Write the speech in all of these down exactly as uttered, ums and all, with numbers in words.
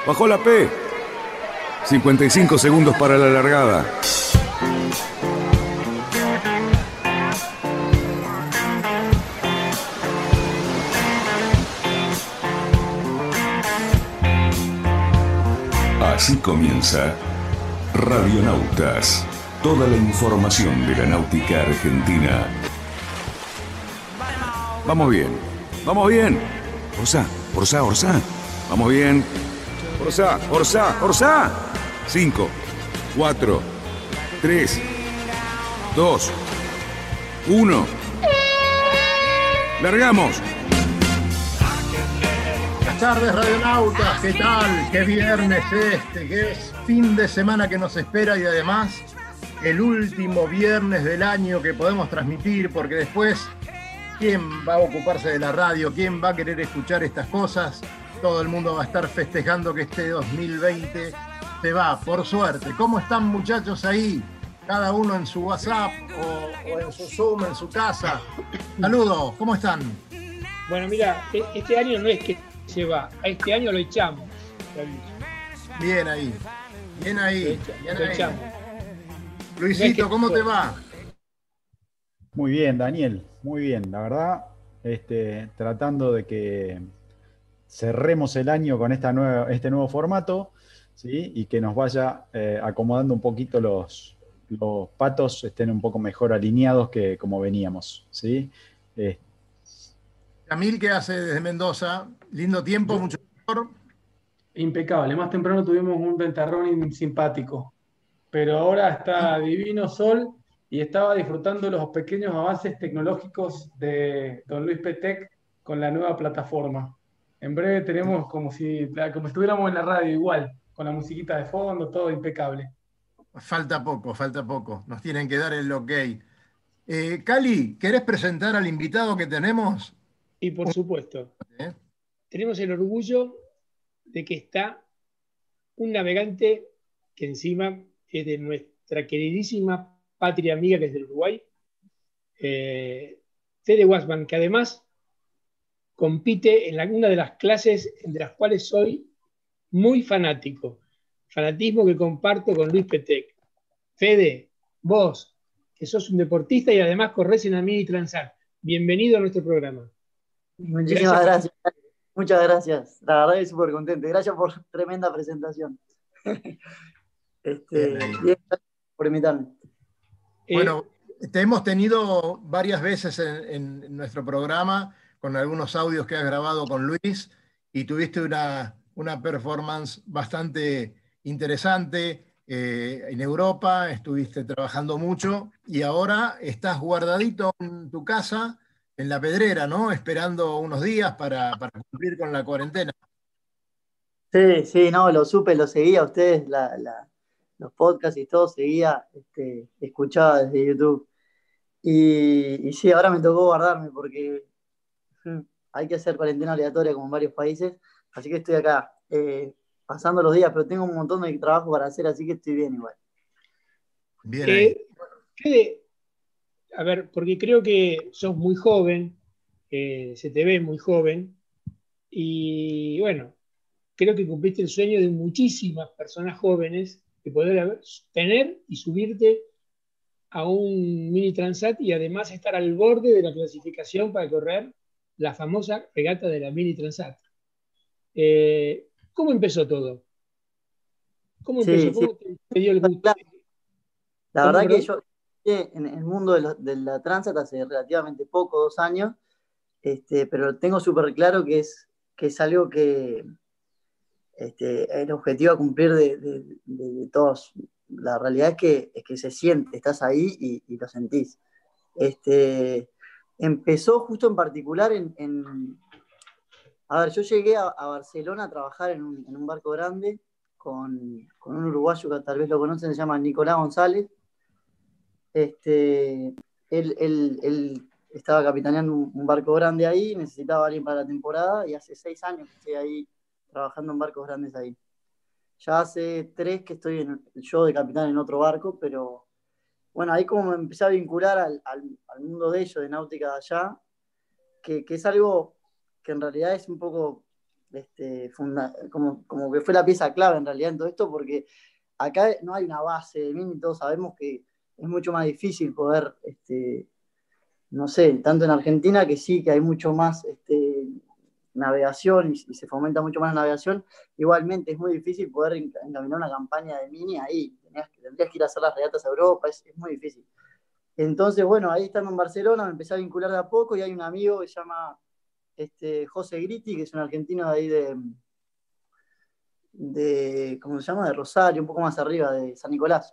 Bajó la P. cincuenta y cinco segundos para la largada. Así comienza Radionautas. Toda la información de la náutica argentina. Vamos bien, vamos bien. Orsá, Orsá, Orsá. Vamos bien. Orsá, Orsá, Orsá. Cinco, cuatro, tres, dos, uno. ¡Largamos! Buenas tardes, radionautas. ¿Qué tal? ¿Qué viernes este? ¿Qué es fin de semana que nos espera y además el último viernes del año que podemos transmitir? Porque después, ¿quién va a ocuparse de la radio? ¿Quién va a querer escuchar estas cosas? Todo el mundo va a estar festejando que este dos mil veinte se va, por suerte. ¿Cómo están, muchachos, ahí? Cada uno en su WhatsApp o, o en su Zoom, en su casa. Saludos, ¿cómo están? Bueno, mira, este año no es que se va, a este año lo echamos. Bien ahí, bien ahí, bien lo ahí. echamos. Luisito, ¿cómo te va? Muy bien, Daniel, muy bien. La verdad, este, tratando de que cerremos el año con esta nueva, este nuevo formato, ¿sí? Y que nos vaya eh, acomodando un poquito los, los patos, estén un poco mejor alineados que como veníamos, ¿sí? Eh, Camil, ¿qué hace desde Mendoza? Lindo tiempo, mucho calor. Impecable. Más temprano tuvimos un ventarrón simpático, pero ahora está divino sol y estaba disfrutando los pequeños avances tecnológicos de don Luis Petec con la nueva plataforma. En breve tenemos como si como estuviéramos en la radio igual, con la musiquita de fondo, todo impecable. Falta poco, falta poco. Nos tienen que dar el ok. Eh, Cali, ¿querés presentar al invitado que tenemos? Y por supuesto, ¿Eh? tenemos el orgullo de que está un navegante que encima es de nuestra queridísima patria amiga, que es del Uruguay, eh, Fede Wasman, que además compite en la, una de las clases de las cuales soy muy fanático, fanatismo que comparto con Luis Petec. Fede, vos, que sos un deportista y además corres en la Mini Transat, bienvenido a nuestro programa. Muchísimas gracias. gracias. Muchas gracias. La verdad es súper contento. Gracias por tremenda presentación. este, bien, gracias por invitarme. Bueno, te hemos tenido varias veces en, en nuestro programa con algunos audios que has grabado con Luis y tuviste una, una performance bastante interesante eh, en Europa, estuviste trabajando mucho y ahora estás guardadito en tu casa, en La Pedrera, ¿no? Esperando unos días para, para cumplir con la cuarentena. Sí, sí, no, lo supe, lo seguía a ustedes, la, la, los podcasts y todo, seguía, este, escuchaba desde YouTube. Y, y sí, ahora me tocó guardarme porque hmm, hay que hacer cuarentena aleatoria como en varios países, así que estoy acá, eh, pasando los días, pero tengo un montón de trabajo para hacer, así que estoy bien igual. Bien ahí. Eh, Fede, a ver, porque creo que sos muy joven, eh, se te ve muy joven, y bueno, creo que cumpliste el sueño de muchísimas personas jóvenes de poder haber, tener y subirte a un Mini Transat y además estar al borde de la clasificación para correr la famosa regata de la Mini Transat. Eh, ¿Cómo empezó todo? ¿Cómo empezó? Sí, sí. ¿Cómo te, te dio el gusto? La ¿Cómo, verdad perdón? que yo en el mundo de, lo, de la Transat hace relativamente poco, dos años, este, pero tengo súper claro que es, que es algo que este, el objetivo a cumplir de, de, de, de todos. La realidad es que, es que se siente, estás ahí y, y lo sentís. Este, empezó justo en particular en, en... A ver, yo llegué a, a Barcelona a trabajar en un, en un barco grande con, con un uruguayo que tal vez lo conocen, se llama Nicolás González. Este, él, él, él estaba capitaneando un, un barco grande ahí, necesitaba a alguien para la temporada y hace seis años que estoy ahí trabajando en barcos grandes ahí. Ya hace tres que estoy en, yo de capitán en otro barco, pero bueno, ahí como me empecé a vincular al, al, al mundo de ellos, de náutica de allá, que, que es algo que en realidad es un poco este, funda, como, como que fue la pieza clave en realidad en todo esto, porque acá no hay una base de mini, todos sabemos que es mucho más difícil poder, este, no sé, tanto en Argentina que sí, que hay mucho más este, navegación y, y se fomenta mucho más la navegación, igualmente es muy difícil poder encaminar una campaña de mini ahí, tenías, tendrías que ir a hacer las regatas a Europa, es, es muy difícil. Entonces, bueno, ahí estando en Barcelona me empecé a vincular de a poco y hay un amigo que se llama este, José Gritti, que es un argentino de ahí de, de, ¿cómo se llama? De Rosario, un poco más arriba, de San Nicolás.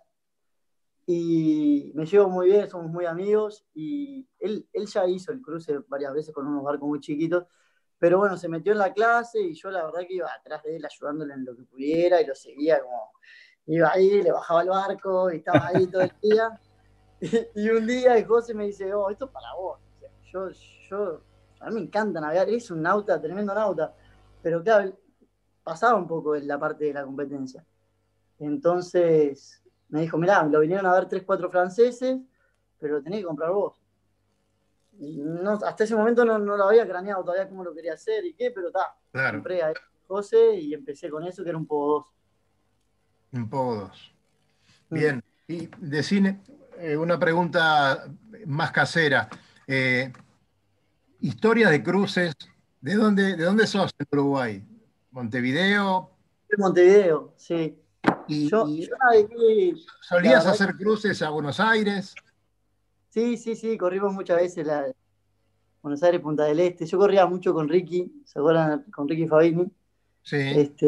Y me llevo muy bien, somos muy amigos y él, él ya hizo el cruce varias veces con unos barcos muy chiquitos, pero bueno, se metió en la clase y yo la verdad que iba atrás de él ayudándole en lo que pudiera y lo seguía como, iba ahí, le bajaba el barco y estaba ahí todo el día. Y un día el José me dice, oh, esto es para vos. O sea, yo, yo, a mí me encanta navegar, es un nauta, tremendo nauta, pero claro, pasaba un poco en la parte de la competencia. Entonces me dijo, mirá, lo vinieron a ver tres, cuatro franceses, pero lo tenés que comprar vos. Y no, hasta ese momento no, no lo había craneado todavía cómo lo quería hacer y qué, pero está. Claro. Compré a José y empecé con eso, que era un poco dos. Un poco dos. Bien. Mm. Y decime eh, una pregunta más casera. Eh, historias de cruces. ¿De dónde, de dónde sos en Uruguay? ¿Montevideo? De Montevideo, sí. ¿Y, yo, y yo navegué, solías hacer que... cruces a Buenos Aires? Sí, sí, sí, corrimos muchas veces la Buenos Aires, Punta del Este. Yo corría mucho con Ricky, ¿se acuerdan? Con Ricky Fabini. Sí. Este,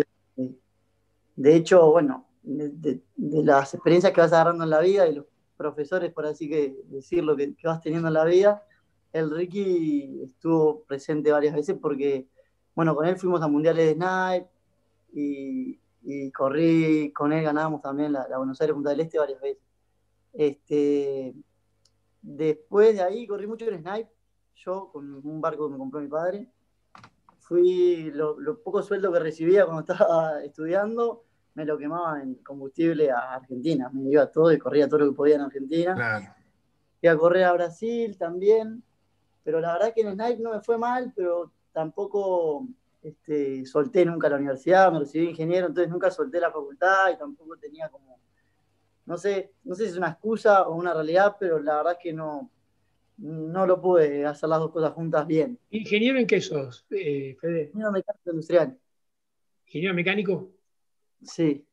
de hecho, bueno, de, de, de las experiencias que vas agarrando en la vida y los profesores, por así que decirlo, que, que vas teniendo en la vida, el Ricky estuvo presente varias veces porque, bueno, con él fuimos a mundiales de Snipe y, y corrí con él, ganábamos también la, la Buenos Aires Punta del Este varias veces. Este, después de ahí corrí mucho en Snipe, yo con un barco que me compró mi padre. Fui, lo, lo poco sueldo que recibía cuando estaba estudiando, me lo quemaba en combustible a Argentina. Me iba todo y corría todo lo que podía en Argentina. Claro. Fui a correr a Brasil también, pero la verdad que en Snipe no me fue mal, pero tampoco este, solté nunca la universidad, me recibí ingeniero, entonces nunca solté la facultad y tampoco tenía como, no sé, no sé si es una excusa o una realidad, pero la verdad que no, no lo pude hacer las dos cosas juntas bien. ¿Ingeniero en qué sos, eh, Fede? Ingeniero mecánico industrial. ¿Ingeniero mecánico? Sí.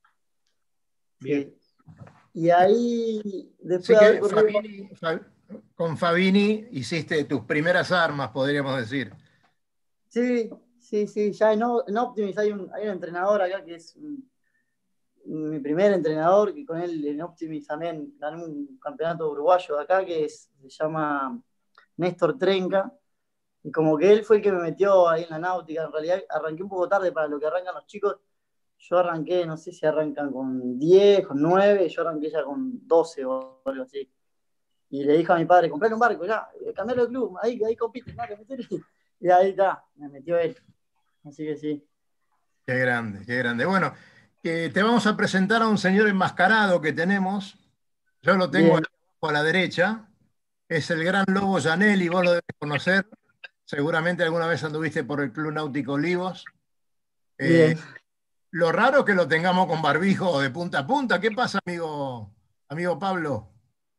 Bien. Sí. Y ahí, después sí de que haber Fabini, Fab, con Fabini hiciste tus primeras armas, podríamos decir. Sí, sí, sí. Ya en, en Optimis hay un, hay un entrenador acá que es un, mi primer entrenador, que con él en Optimis también ganó un campeonato uruguayo de acá, que es, se llama Néstor Trenca. Y como que él fue el que me metió ahí en la náutica. En realidad arranqué un poco tarde para lo que arrancan los chicos. Yo arranqué, no sé si arrancan con diez, con nueve, yo arranqué ya con doce o algo así. Y le dije a mi padre, comprale un barco, ya, cambiarlo de club, ahí, ahí compite, nada, metele. Y ahí está, me metió él. Así que sí. Qué grande, qué grande. Bueno, eh, te vamos a presentar a un señor enmascarado que tenemos. Yo lo tengo ahí abajo a la derecha. Es el gran Lobo Janelli, vos lo debes conocer. Seguramente alguna vez anduviste por el Club Náutico Olivos. Eh, lo raro es que lo tengamos con barbijo de punta a punta. ¿Qué pasa, amigo, amigo Pablo?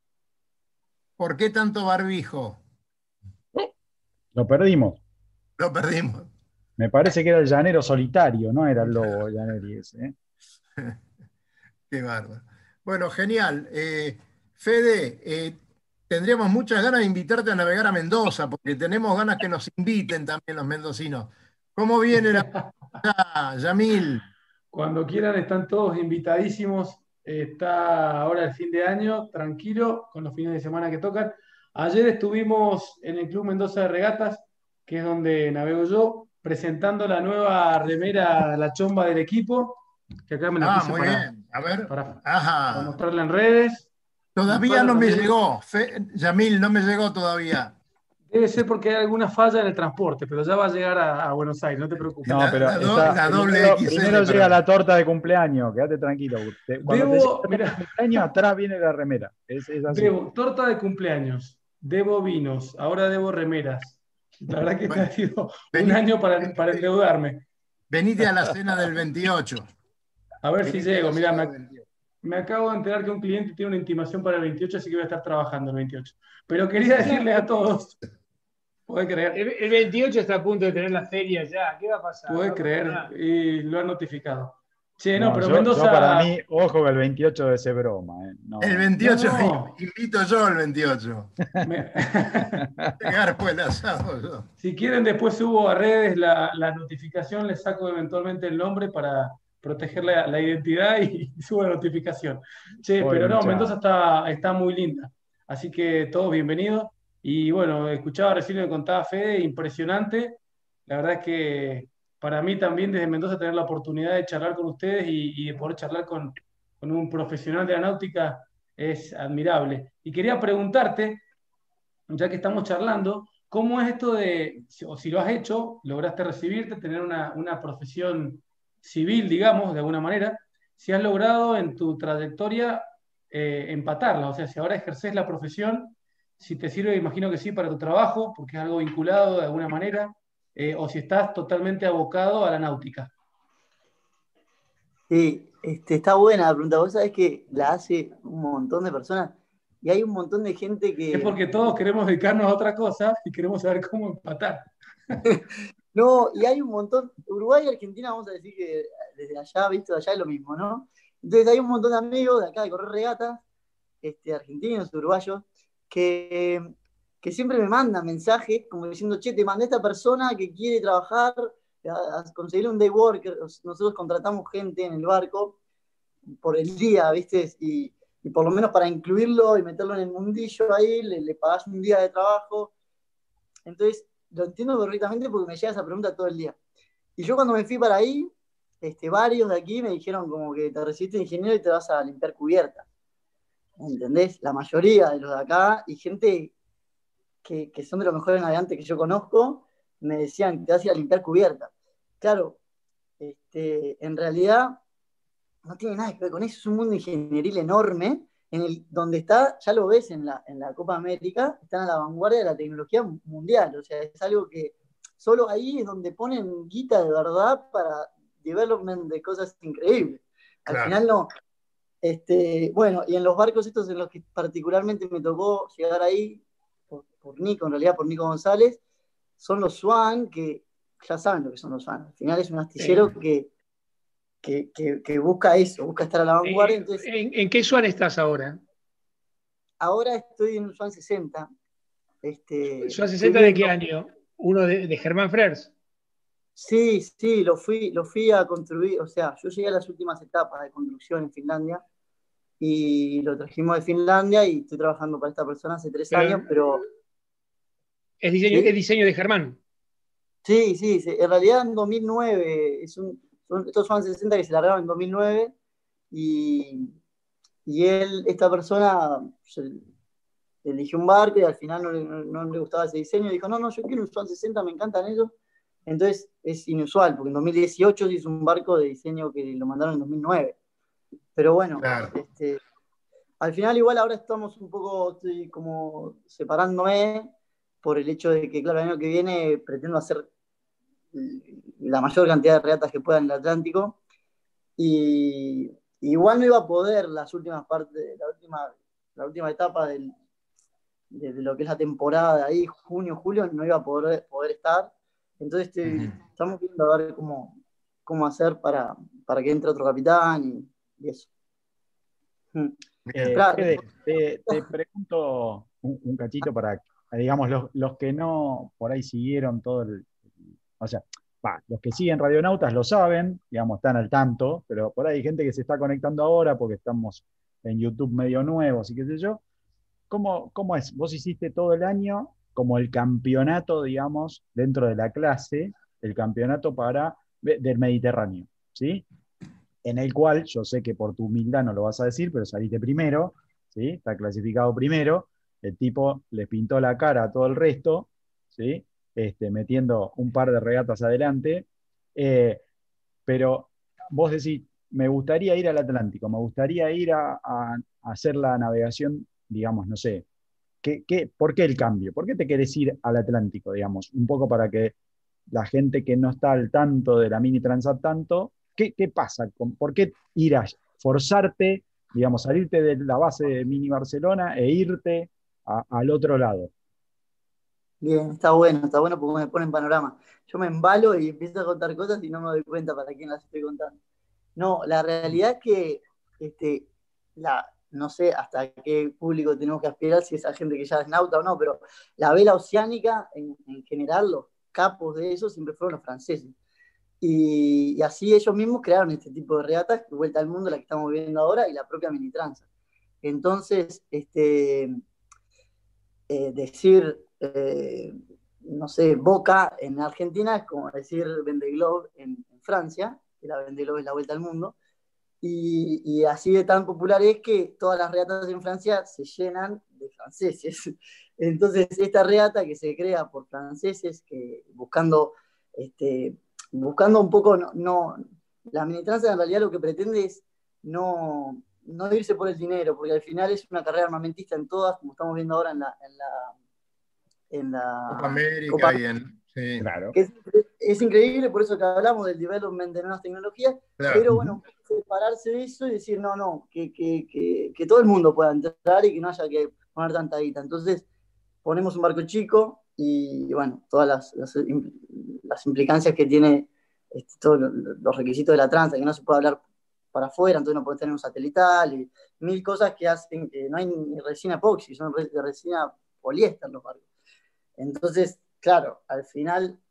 ¿Por qué tanto barbijo? Lo perdimos. Lo perdimos. Me parece que era el llanero solitario, no era el Lobo Janelli ese. ¿eh? Qué bárbaro. Bueno, genial. Eh, Fede, eh, tendríamos muchas ganas de invitarte a navegar a Mendoza, porque tenemos ganas que nos inviten también los mendocinos. ¿Cómo viene la Yamil? Cuando quieran están todos invitadísimos. Está ahora el fin de año, tranquilo, con los fines de semana que tocan. Ayer estuvimos en el Club Mendoza de Regatas, que es donde navego yo, presentando la nueva remera, la chomba del equipo, que acá me la ah, puse muy para, bien. A ver. para, Ajá. para mostrarla en redes. Todavía no me llegó, Fe, Yamil, no me llegó todavía. Debe ser porque hay alguna falla en el transporte, pero ya va a llegar a, a Buenos Aires, no te preocupes. No, pero la, la, está, la doble primero, X L, primero pero... llega la torta de cumpleaños, quédate tranquilo. Cuando Debo, te llega el cumpleaños, atrás viene la remera. Es, es así. Debo torta de cumpleaños, debo vinos, ahora debo remeras. La verdad que este Bueno, ha sido un vení- año para, para endeudarme. venite a la cena del veintiocho. A ver si Venite a llego. la Mira, cena me, del veintiocho. me acabo de enterar que un cliente tiene una intimación para el veintiocho, así que voy a estar trabajando el veintiocho. Pero quería decirles a todos, ¿puede creer? El, el veintiocho está a punto de tener la feria ya. ¿Qué va a pasar? No Puede va a pasar creer, nada. y lo han notificado. Che, no, No, pero yo, yo para Mendoza, mí, ojo que el veintiocho debe ser broma. ¿Eh? El No. veintiocho, no, invito yo el veintiocho. me- Llegar fue el asado yo. si quieren después subo a redes la, la notificación, les saco eventualmente el nombre para proteger la, la identidad y, subo la notificación. Che, Pobre pero no, Mendoza muchacho. está, está muy linda, así que todos bienvenidos. Y bueno, escuchaba recién lo que contaba Fede, impresionante. La verdad es que para mí también desde Mendoza tener la oportunidad de charlar con ustedes y, y de poder charlar con, con un profesional de la náutica es admirable. Y quería preguntarte, ya que estamos charlando, ¿cómo es esto de, si- o si lo has hecho, lograste recibirte, tener una, una profesión civil, digamos, de alguna manera, si has logrado en tu trayectoria eh, empatarla, o sea, si ahora ejerces la profesión, si te sirve, imagino que sí, para tu trabajo, porque es algo vinculado de alguna manera, eh, o si estás totalmente abocado a la náutica. Sí, este, está buena la pregunta. Vos sabés que la hace un montón de personas y hay un montón de gente Es que, porque todos queremos dedicarnos a otra cosa y queremos saber cómo empatar. no, y hay un montón, Uruguay y Argentina, vamos a decir que desde allá, visto de allá es lo mismo, ¿no? Entonces hay un montón de amigos de acá de correr regatas, este, argentinos, uruguayos, que, que siempre me mandan mensajes como diciendo, che, te mandé a esta persona que quiere trabajar, a, a conseguirle un day worker, nosotros contratamos gente en el barco por el día, ¿viste? Y, y por lo menos para incluirlo y meterlo en el mundillo ahí, le, le pagás un día de trabajo. Entonces, lo entiendo perfectamente porque me llega esa pregunta todo el día. Y yo cuando me fui para ahí, este, varios de aquí me dijeron como que te recibiste de ingeniero y te vas a limpiar cubierta. ¿Entendés? La mayoría de los de acá y gente que, que son de los mejores navegantes que yo conozco, me decían que te vas a ir a limpiar cubierta. Claro, este, en realidad no tiene nada que ver con eso, es un mundo ingenieril enorme, en el, donde está, ya lo ves en la, en la Copa América, están a la vanguardia de la tecnología mundial, o sea, es algo que solo ahí es donde ponen guita de verdad para development de cosas increíbles. Al Claro. final no. Este, bueno, y en los barcos estos en los que particularmente me tocó llegar ahí, por, por Nico, en realidad por Nico González, son los Swan, que ya saben lo que son los Swan. Al final es un astillero Eh, que que, que, que busca eso, busca estar a la vanguardia. eh, Entonces, ¿en, en qué Swan estás ahora? ahora estoy en un Swan sesenta. Este, ¿Swan estoy sesenta de qué viendo. año? Uno de, de Germán Frers. Sí, sí, lo fui, lo fui a construir. O sea, yo llegué a las últimas etapas de construcción en Finlandia y lo trajimos de Finlandia y estoy trabajando para esta persona hace tres años, Pero pero es diseño, es sí, diseño de Germán. sí, sí, sí, en realidad en dos mil nueve, es un, son, estos Swan sesenta que se largaron en dos mil nueve y, y él, esta persona, se- eligió un barco y al final no, no, no le gustaba ese diseño. Dijo, no, no, yo quiero un Swan sesenta, me encantan ellos. Entonces es inusual, porque en dos mil dieciocho se hizo un barco de diseño que lo mandaron en dos mil nueve. Pero bueno, Claro. este, al final igual ahora estamos un poco, estoy como separándome por el hecho de que, claro, el año que viene pretendo hacer la mayor cantidad de regatas que pueda en el Atlántico. Y igual no iba a poder las últimas partes, la última, la última etapa del, de, de lo que es la temporada de ahí, junio, julio, no iba a poder, poder estar. Entonces estoy, Ujú. estamos viendo a ver cómo, cómo hacer para, para que entre otro capitán y, y eso. Mm. Bien. Eh, Claro, Fede, te, te pregunto un, un cachito para, digamos, los, los que no por ahí siguieron todo el. O sea, va, los que siguen Radionautas lo saben, digamos, están al tanto, pero por ahí hay gente que se está conectando ahora porque estamos en YouTube medio nuevos y qué sé yo. ¿Cómo, cómo es? Vos hiciste todo el año como el campeonato, digamos, dentro de la clase, el campeonato para, del Mediterráneo, ¿sí? En el cual, yo sé que por tu humildad no lo vas a decir, pero saliste primero, ¿sí? Está clasificado primero, el tipo les pintó la cara a todo el resto, ¿sí? Este, metiendo un par de regatas adelante, eh, pero vos decís, me gustaría ir al Atlántico, me gustaría ir a, a- a hacer la navegación, digamos, no sé, ¿qué, qué, ¿por qué el cambio? ¿Por qué te querés ir al Atlántico, digamos? Un poco para que la gente que no está al tanto de la Mini Transat tanto, ¿qué, qué pasa? Con, ¿Por qué ir a forzarte, digamos, salirte de la base de Mini Barcelona e irte a, al otro lado? Bien, está bueno, está bueno porque me pone en panorama. Yo me embalo y empiezo a contar cosas y no me doy cuenta para quién las estoy contando. No, la realidad es que este, la, no sé hasta qué público tenemos que aspirar, si esa gente que ya es nauta o no, pero la vela oceánica en, en general, los capos de eso siempre fueron los franceses. Y, y así ellos mismos crearon este tipo de regatas, Vuelta al Mundo, la que estamos viendo ahora, y la propia Mini Transat. Entonces, este, eh, decir, eh, no sé, Boca en Argentina es como decir Vendée en, en Francia, que la Vendée Globe es la Vuelta al Mundo. Y, y así de tan popular es que todas las regatas en Francia se llenan de franceses. Entonces, esta regata que se crea por franceses, que buscando, este, buscando un poco, no, no, la Mini Transat en realidad lo que pretende es no, no irse por el dinero, porque al final es una carrera armamentista en todas, como estamos viendo ahora en la, en la, en la Copa América Copa y en. Sí, Claro. que es, es increíble, por eso que hablamos del development de nuevas tecnologías, claro. pero bueno, separarse de eso y decir, no, no, que, que, que, que todo el mundo pueda entrar y que no haya que poner tanta guita. Entonces, ponemos un barco chico y, bueno, todas las, las, las implicancias que tiene este, todos los requisitos de la tranza, que no se puede hablar para afuera, entonces no puedes tener un satelital y mil cosas que hacen que no hay ni resina epoxi, son de resina poliéster los barcos. Entonces, claro, al final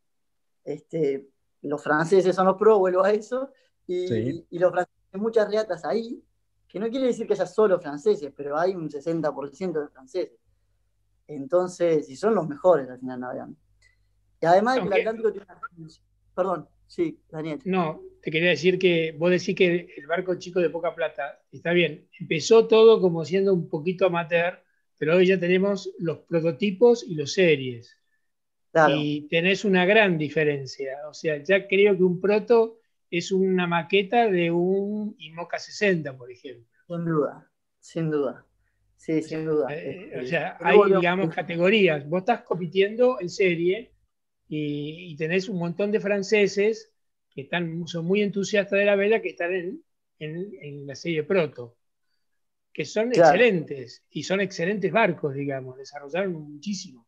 este, los franceses son los pros, vuelvo a eso, y, Sí. y los franceses, muchas regatas ahí, que no quiere decir que haya solo franceses, pero hay un sesenta por ciento de franceses. Entonces, y son los mejores al final navegando. Y además de que Aunque, el Atlántico tiene una... Perdón, sí, Daniel. no, te quería decir que vos decís que el barco chico de poca plata, está bien, empezó todo como siendo un poquito amateur, pero hoy ya tenemos los prototipos y los series. Claro. Y tenés una gran diferencia. O sea, ya creo que un proto es una maqueta de un IMOCA sesenta, por ejemplo. Sin duda, sin duda. Sí, O sin sea, duda. eh, Este, o sea pero hay, bueno, digamos, categorías. Vos estás compitiendo en serie y, y tenés un montón de franceses que están, son muy entusiastas de la vela que están en, en, en la serie proto, que son claro. excelentes y son excelentes barcos, digamos, desarrollaron muchísimo.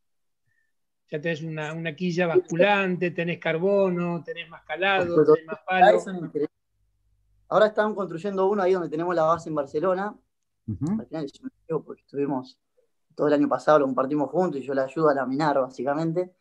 Ya tenés una, una quilla basculante, tenés carbono, tenés más calado, tenés más palo. Ahora están construyendo uno ahí donde tenemos la base en Barcelona. Uh-huh. Al final yo me llevo porque estuvimos todo el año pasado, lo compartimos juntos y yo le ayudo a laminar básicamente.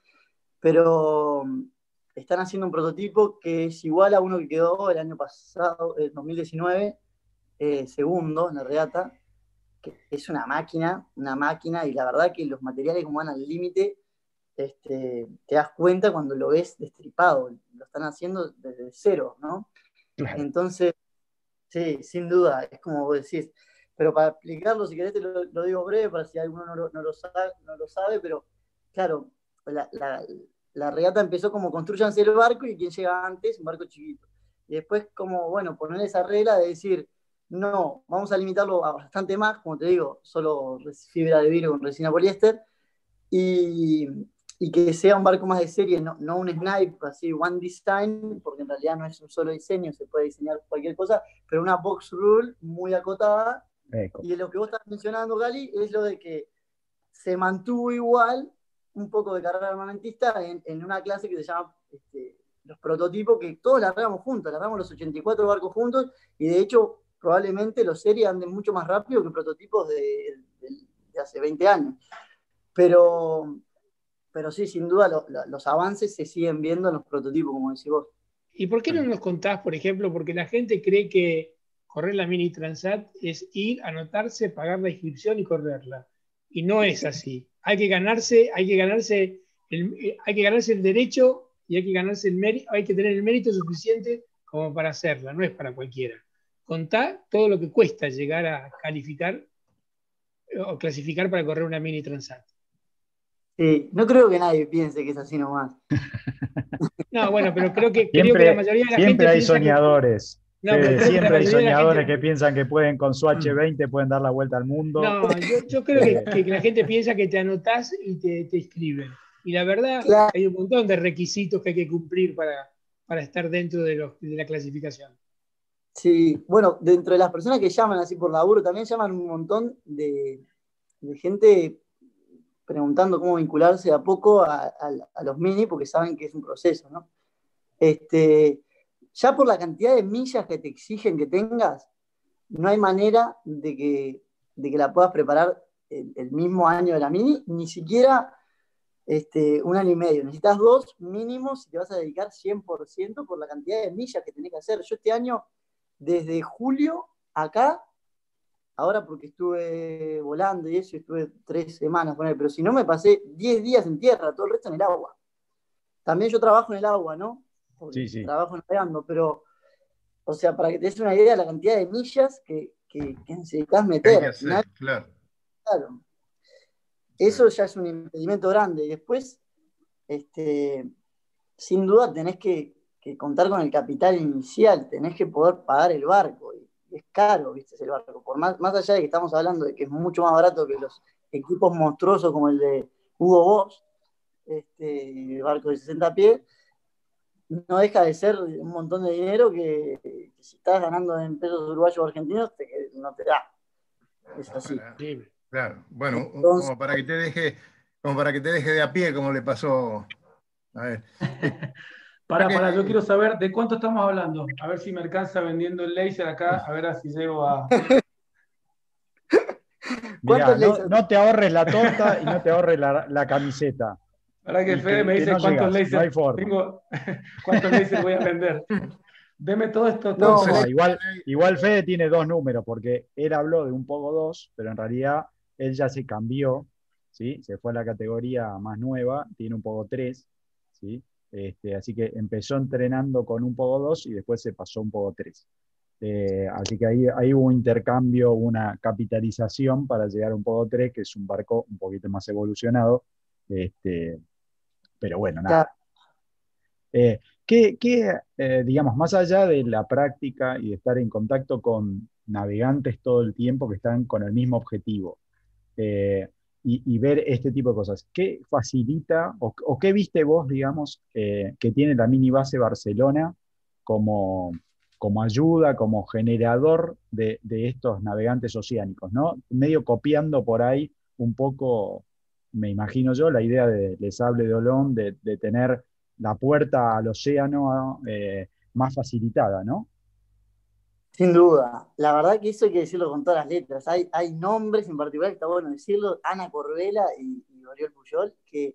Pero están haciendo un prototipo que es igual a uno que quedó el año pasado, el dos mil diecinueve, eh, segundo en la regata, que es una máquina, una máquina, y la verdad que los materiales como van al límite, este, te das cuenta cuando lo ves destripado, lo están haciendo desde cero, ¿no? Claro. Entonces, sí, sin duda, es como vos decís, pero para explicarlo, si querés te lo, lo digo breve, para si alguno no lo, no lo, sabe, no lo sabe, pero claro, la, la, la regata empezó como construyanse el barco y quien llega antes, un barco chiquito. Y después como, bueno, poner esa regla de decir, no, vamos a limitarlo a bastante más, como te digo, solo fibra de vidrio con resina poliéster, y, y que sea un barco más de serie, no, no un snipe, así, one design, porque en realidad no es un solo diseño, se puede diseñar cualquier cosa, pero una box rule muy acotada. Eco. Y lo que vos estás mencionando, Gali, es lo de que se mantuvo igual un poco de carrera armamentista en, en una clase que se llama este, los prototipos, que todos largamos juntos, largamos los ochenta y cuatro barcos juntos, y de hecho probablemente los series anden mucho más rápido que prototipos de, de, de hace veinte años. Pero, pero sí, sin duda lo, lo, los avances se siguen viendo en los prototipos, como decís vos. ¿Y por qué no nos contás, por ejemplo, porque la gente cree que correr la Mini Transat es ir, anotarse, pagar la inscripción y correrla? Y no es así. Hay que ganarse, hay que ganarse el, hay que ganarse el derecho y hay que ganarse el mérito, hay que tener el mérito suficiente como para hacerla, no es para cualquiera. Contá todo lo que cuesta llegar a calificar o clasificar para correr una Mini Transat. Sí, no creo que nadie piense que es así nomás. No, bueno, pero creo que, siempre, creo que la mayoría de la siempre gente hay piensa soñadores. No, Fede, pero creo que la siempre hay mayoría de la soñadores gente. que piensan que pueden con su hache veinte pueden dar la vuelta al mundo. No, yo, yo creo que, Eh, que la gente piensa que te anotás y te, te inscriben. Y la verdad, Claro, hay un montón de requisitos que hay que cumplir para, para estar dentro de, los, de la clasificación. sí. Bueno, dentro de las personas que llaman así por laburo, también llaman un montón de, de gente preguntando cómo vincularse a poco a, a- a los mini, porque saben que es un proceso, ¿no? Este, ya por la cantidad de millas que te exigen que tengas, no hay manera de que, de que la puedas preparar el, el mismo año de la mini, ni siquiera este, un año y medio. Necesitas dos mínimos si te vas a dedicar cien por ciento por la cantidad de millas que tenés que hacer. Yo este año, desde julio acá, ahora porque estuve volando y eso, estuve tres semanas con él, pero si no me pasé diez días en tierra, todo el resto en el agua. También yo trabajo en el agua, ¿no? Porque sí, sí. trabajo navegando, pero, o sea, para que te des una idea de la cantidad de millas que, que, que necesitas ¿Qué hay meter. que Al final, hacer? Claro. claro, Sí. eso ya es un impedimento grande. Y después, este, sin duda tenés que, que contar con el capital inicial, tenés que poder pagar el barco. Y es caro, ¿viste? El barco. Por más, más allá de que estamos hablando de que es mucho más barato que los equipos monstruosos como el de Hugo Boss, este, el barco de sesenta pies, no deja de ser un montón de dinero que, que si estás ganando en pesos uruguayos o argentinos, te, no te da. Es así. Claro. Sí. Claro. Bueno, un- Entonces, como para que te deje, como para que te deje de a pie, como le pasó. A ver. Eh, creo Pará, pará, yo que quiero saber de cuánto estamos hablando. A ver si me alcanza vendiendo el laser acá, a ver si llego a. Mirá, ¿cuántos no, lasers? no te ahorres la torta y no te ahorres la, la camiseta. Ahora que Y Fede que, me que dice no cuántos llegas, no hay lasers forma. tengo, cuántos lasers voy a vender. Deme todo esto, todo No, entonces, No, esto. igual, igual Fede tiene dos números, porque él habló de un poco dos, pero en realidad él ya se cambió, ¿sí? Se fue a la categoría más nueva, tiene un poco tres, ¿sí? Este, así que empezó entrenando con un poco dos y después se pasó un poco tres. Eh, así que ahí, ahí hubo un intercambio, una capitalización para llegar a un poco tres, que es un barco un poquito más evolucionado. Este, pero bueno, claro, nada. Eh, ¿qué, qué, eh, digamos, más allá de la práctica y de estar en contacto con navegantes todo el tiempo que están con el mismo objetivo, eh, y, y ver este tipo de cosas, ¿qué facilita o, o qué viste vos, digamos, eh, que tiene la mini base Barcelona como, como ayuda, como generador de, de estos navegantes oceánicos, ¿no? Medio copiando por ahí un poco, me imagino yo, la idea de Les Sables d'Olonne de, de tener la puerta al océano eh, más facilitada, ¿no? sin duda. La verdad que eso hay que decirlo con todas las letras. Hay, hay nombres en particular que está bueno decirlo, Ana Corbela y, y Oriol Pujol, que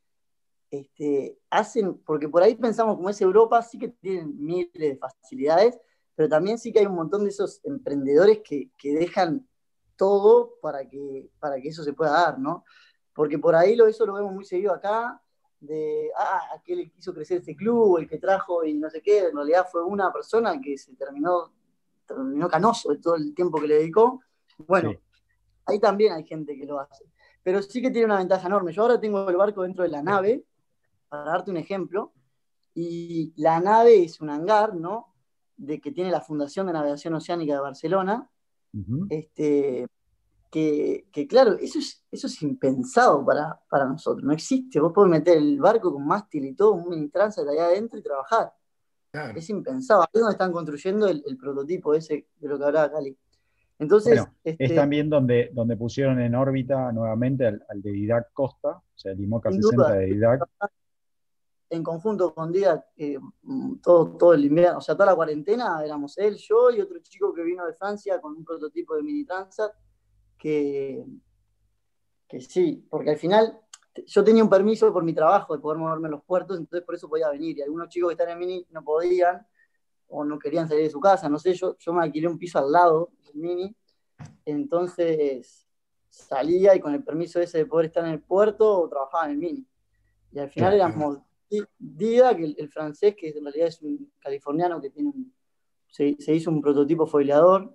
este, hacen, porque por ahí pensamos como es Europa, sí que tienen miles de facilidades, pero también sí que hay un montón de esos emprendedores que, que dejan todo para que, para que eso se pueda dar, ¿no? Porque por ahí lo, eso lo vemos muy seguido acá, de, ah, aquel que quiso crecer este club, el que trajo y no sé qué, en realidad fue una persona que se terminó, terminó canoso de todo el tiempo que le dedicó. Bueno, Sí. ahí también hay gente que lo hace. Pero sí que tiene una ventaja enorme. Yo ahora tengo el barco dentro de la nave, para darte un ejemplo, y la nave es un hangar, ¿no? De que tiene la Fundación de Navegación Oceánica de Barcelona, Ujú. este, que, que claro, eso es, eso es impensado para, para nosotros, no existe. Vos podés meter el barco con mástil y todo, un mini transat allá adentro y trabajar. claro. Es impensado. Ahí es donde están construyendo el, el prototipo ese de lo que hablaba Cali. Entonces, Bueno, es este, también donde, donde pusieron en órbita nuevamente al, al de Didac Costa, o sea, el IMOCA sin sesenta duda, de Didac. en conjunto con Díaz, eh, todo, todo el invierno, o sea, toda la cuarentena éramos él, yo y otro chico que vino de Francia con un prototipo de mini transat, que, que sí, porque al final yo tenía un permiso por mi trabajo de poder moverme en los puertos, entonces por eso podía venir, y algunos chicos que están en mini no podían o no querían salir de su casa, no sé, yo, yo me alquilé un piso al lado del mini, entonces salía y con el permiso ese de poder estar en el puerto trabajaba en el mini. Y al final Claro. éramos Dida, que el, el francés, que en realidad es un californiano que tiene un, se, se hizo un prototipo foileador,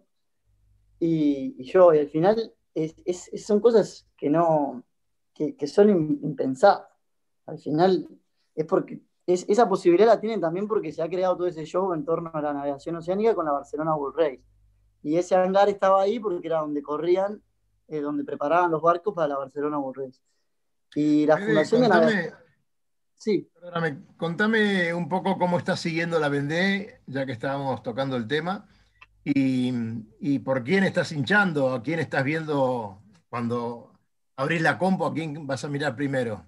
y, y yo, y al final es, es, es- son cosas que no, que, que son impensadas. Al final es porque es, esa posibilidad la tienen también porque se ha creado todo ese show en torno a la navegación oceánica con la Barcelona World Race. Y ese hangar estaba ahí porque era donde corrían, eh, donde preparaban los barcos para la Barcelona World Race. Y la Fede, Fundación de contame, Navegación... Sí, perdóname, contame un poco cómo estás siguiendo la Vendée, ya que estábamos tocando el tema, y, y por quién estás hinchando, a quién estás viendo cuando abrís la compo, a quién vas a mirar primero.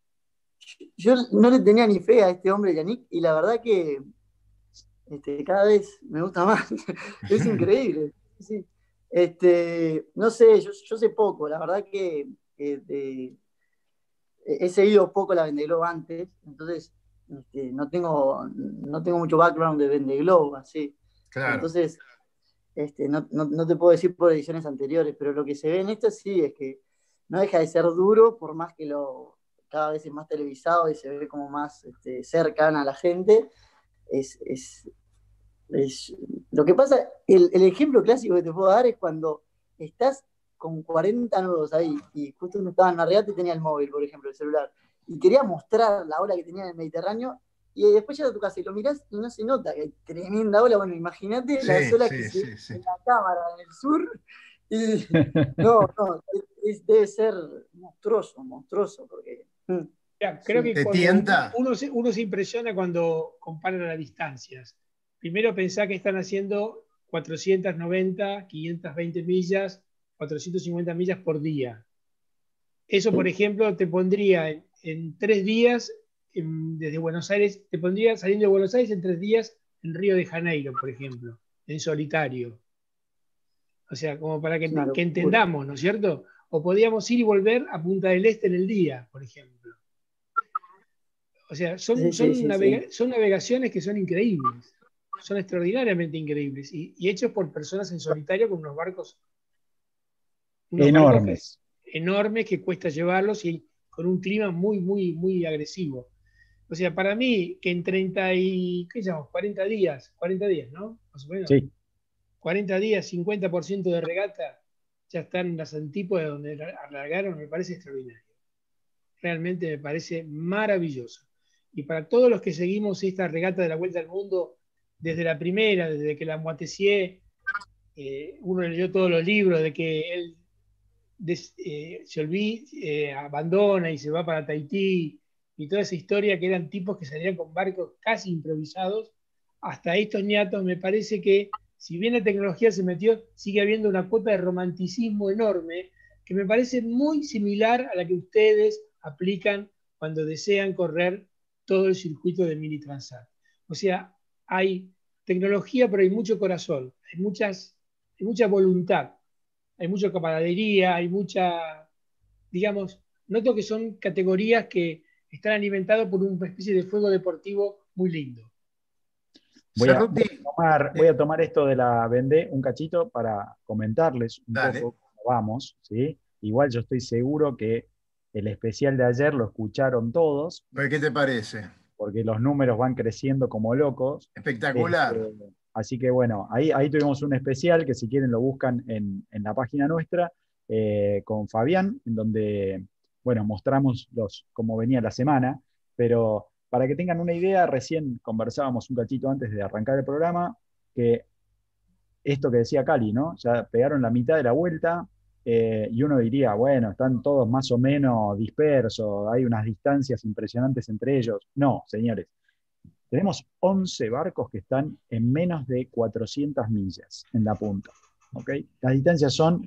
yo no le tenía ni fe a este hombre, Yannick, y la verdad que este, cada vez me gusta más. Es increíble. Sí. Este, no sé, yo, yo sé poco, la verdad que, que de- he seguido poco la Vendée Globe antes, entonces este, no, tengo, no tengo mucho background de Vendée Globe, así. Claro. Entonces, este, no, no, no te puedo decir por ediciones anteriores, pero lo que se ve en esto sí es que no deja de ser duro, por más que lo cada vez es más televisado y se ve como más este, cercana a la gente. Es, es, es- lo que pasa, el, el ejemplo clásico que te puedo dar es cuando estás con cuarenta nudos ahí y justo uno estaba en Marriott y tenía el móvil, por ejemplo, el celular, y quería mostrar la ola que tenía en el Mediterráneo, y después llegas a tu casa y lo mirás y no se nota que hay tremenda ola. Bueno, imagínate las Sí, olas que sí, se sí, ven sí. en la cámara en el sur, y no, no, es- debe ser monstruoso, monstruoso, porque mm, Ya, creo sí, que ¿Te cuando tienta? uno se, uno se impresiona cuando comparan las distancias. Primero pensá que están haciendo cuatrocientas noventa, quinientas veinte millas, cuatrocientas cincuenta millas por día. Eso, por sí, ejemplo, te pondría en, en tres días en- desde Buenos Aires, te pondría saliendo de Buenos Aires en tres días en Río de Janeiro, por ejemplo, en solitario. O sea, como para que, es una ente- que locura. entendamos, ¿no es cierto? O podríamos ir y volver a Punta del Este en el día, por ejemplo. O sea, son, Sí, sí, son, sí, sí. navega- son navegaciones que son increíbles, son extraordinariamente increíbles y, y hechos por personas en solitario con unos barcos, unos barcos que, Enormes. enormes que cuesta llevarlos y con un clima muy, muy, muy agresivo. O sea, para mí, que en treinta y, ¿qué llamamos? cuarenta días, cuarenta días, ¿no? Más o menos. Sí. cuarenta días, cincuenta por ciento de regata, ya están en las antípodas donde alargaron, me parece extraordinario. Realmente me parece maravilloso. Y para todos los que seguimos esta regata de la Vuelta al Mundo, desde la primera, desde que la Moitessier, eh, uno leyó todos los libros, de que él des, eh, se olvida, eh, abandona y se va para Tahití, y toda esa historia que eran tipos que salían con barcos casi improvisados, hasta estos ñatos me parece que, si bien la tecnología se metió, sigue habiendo una cuota de romanticismo enorme que me parece muy similar a la que ustedes aplican cuando desean correr todo el circuito de Mini Transat. O sea, hay tecnología, pero hay mucho corazón, hay, muchas, hay mucha voluntad, hay mucha camaradería, hay mucha, digamos, noto que son categorías que están alimentadas por una especie de fuego deportivo muy lindo. Voy a, voy Cerruti, a tomar, voy eh, a tomar esto de la Vendée un cachito para comentarles un dale. poco cómo vamos, ¿sí? Igual yo estoy seguro que el especial de ayer lo escucharon todos, A ver, ¿qué te parece? porque los números van creciendo como locos. Este, Espectacular. así que bueno, ahí, ahí tuvimos un especial que si quieren lo buscan en, en la página nuestra, eh, con Fabián, en donde, bueno, mostramos los, cómo venía la semana, pero para que tengan una idea, recién conversábamos un cachito antes de arrancar el programa, que esto que decía Cali, ¿no? Ya pegaron la mitad de la vuelta, eh, y uno diría, bueno, están todos más o menos dispersos, hay unas distancias impresionantes entre ellos. No, señores, tenemos once barcos que están en menos de cuatrocientas millas en la punta. ¿Ok? Las distancias son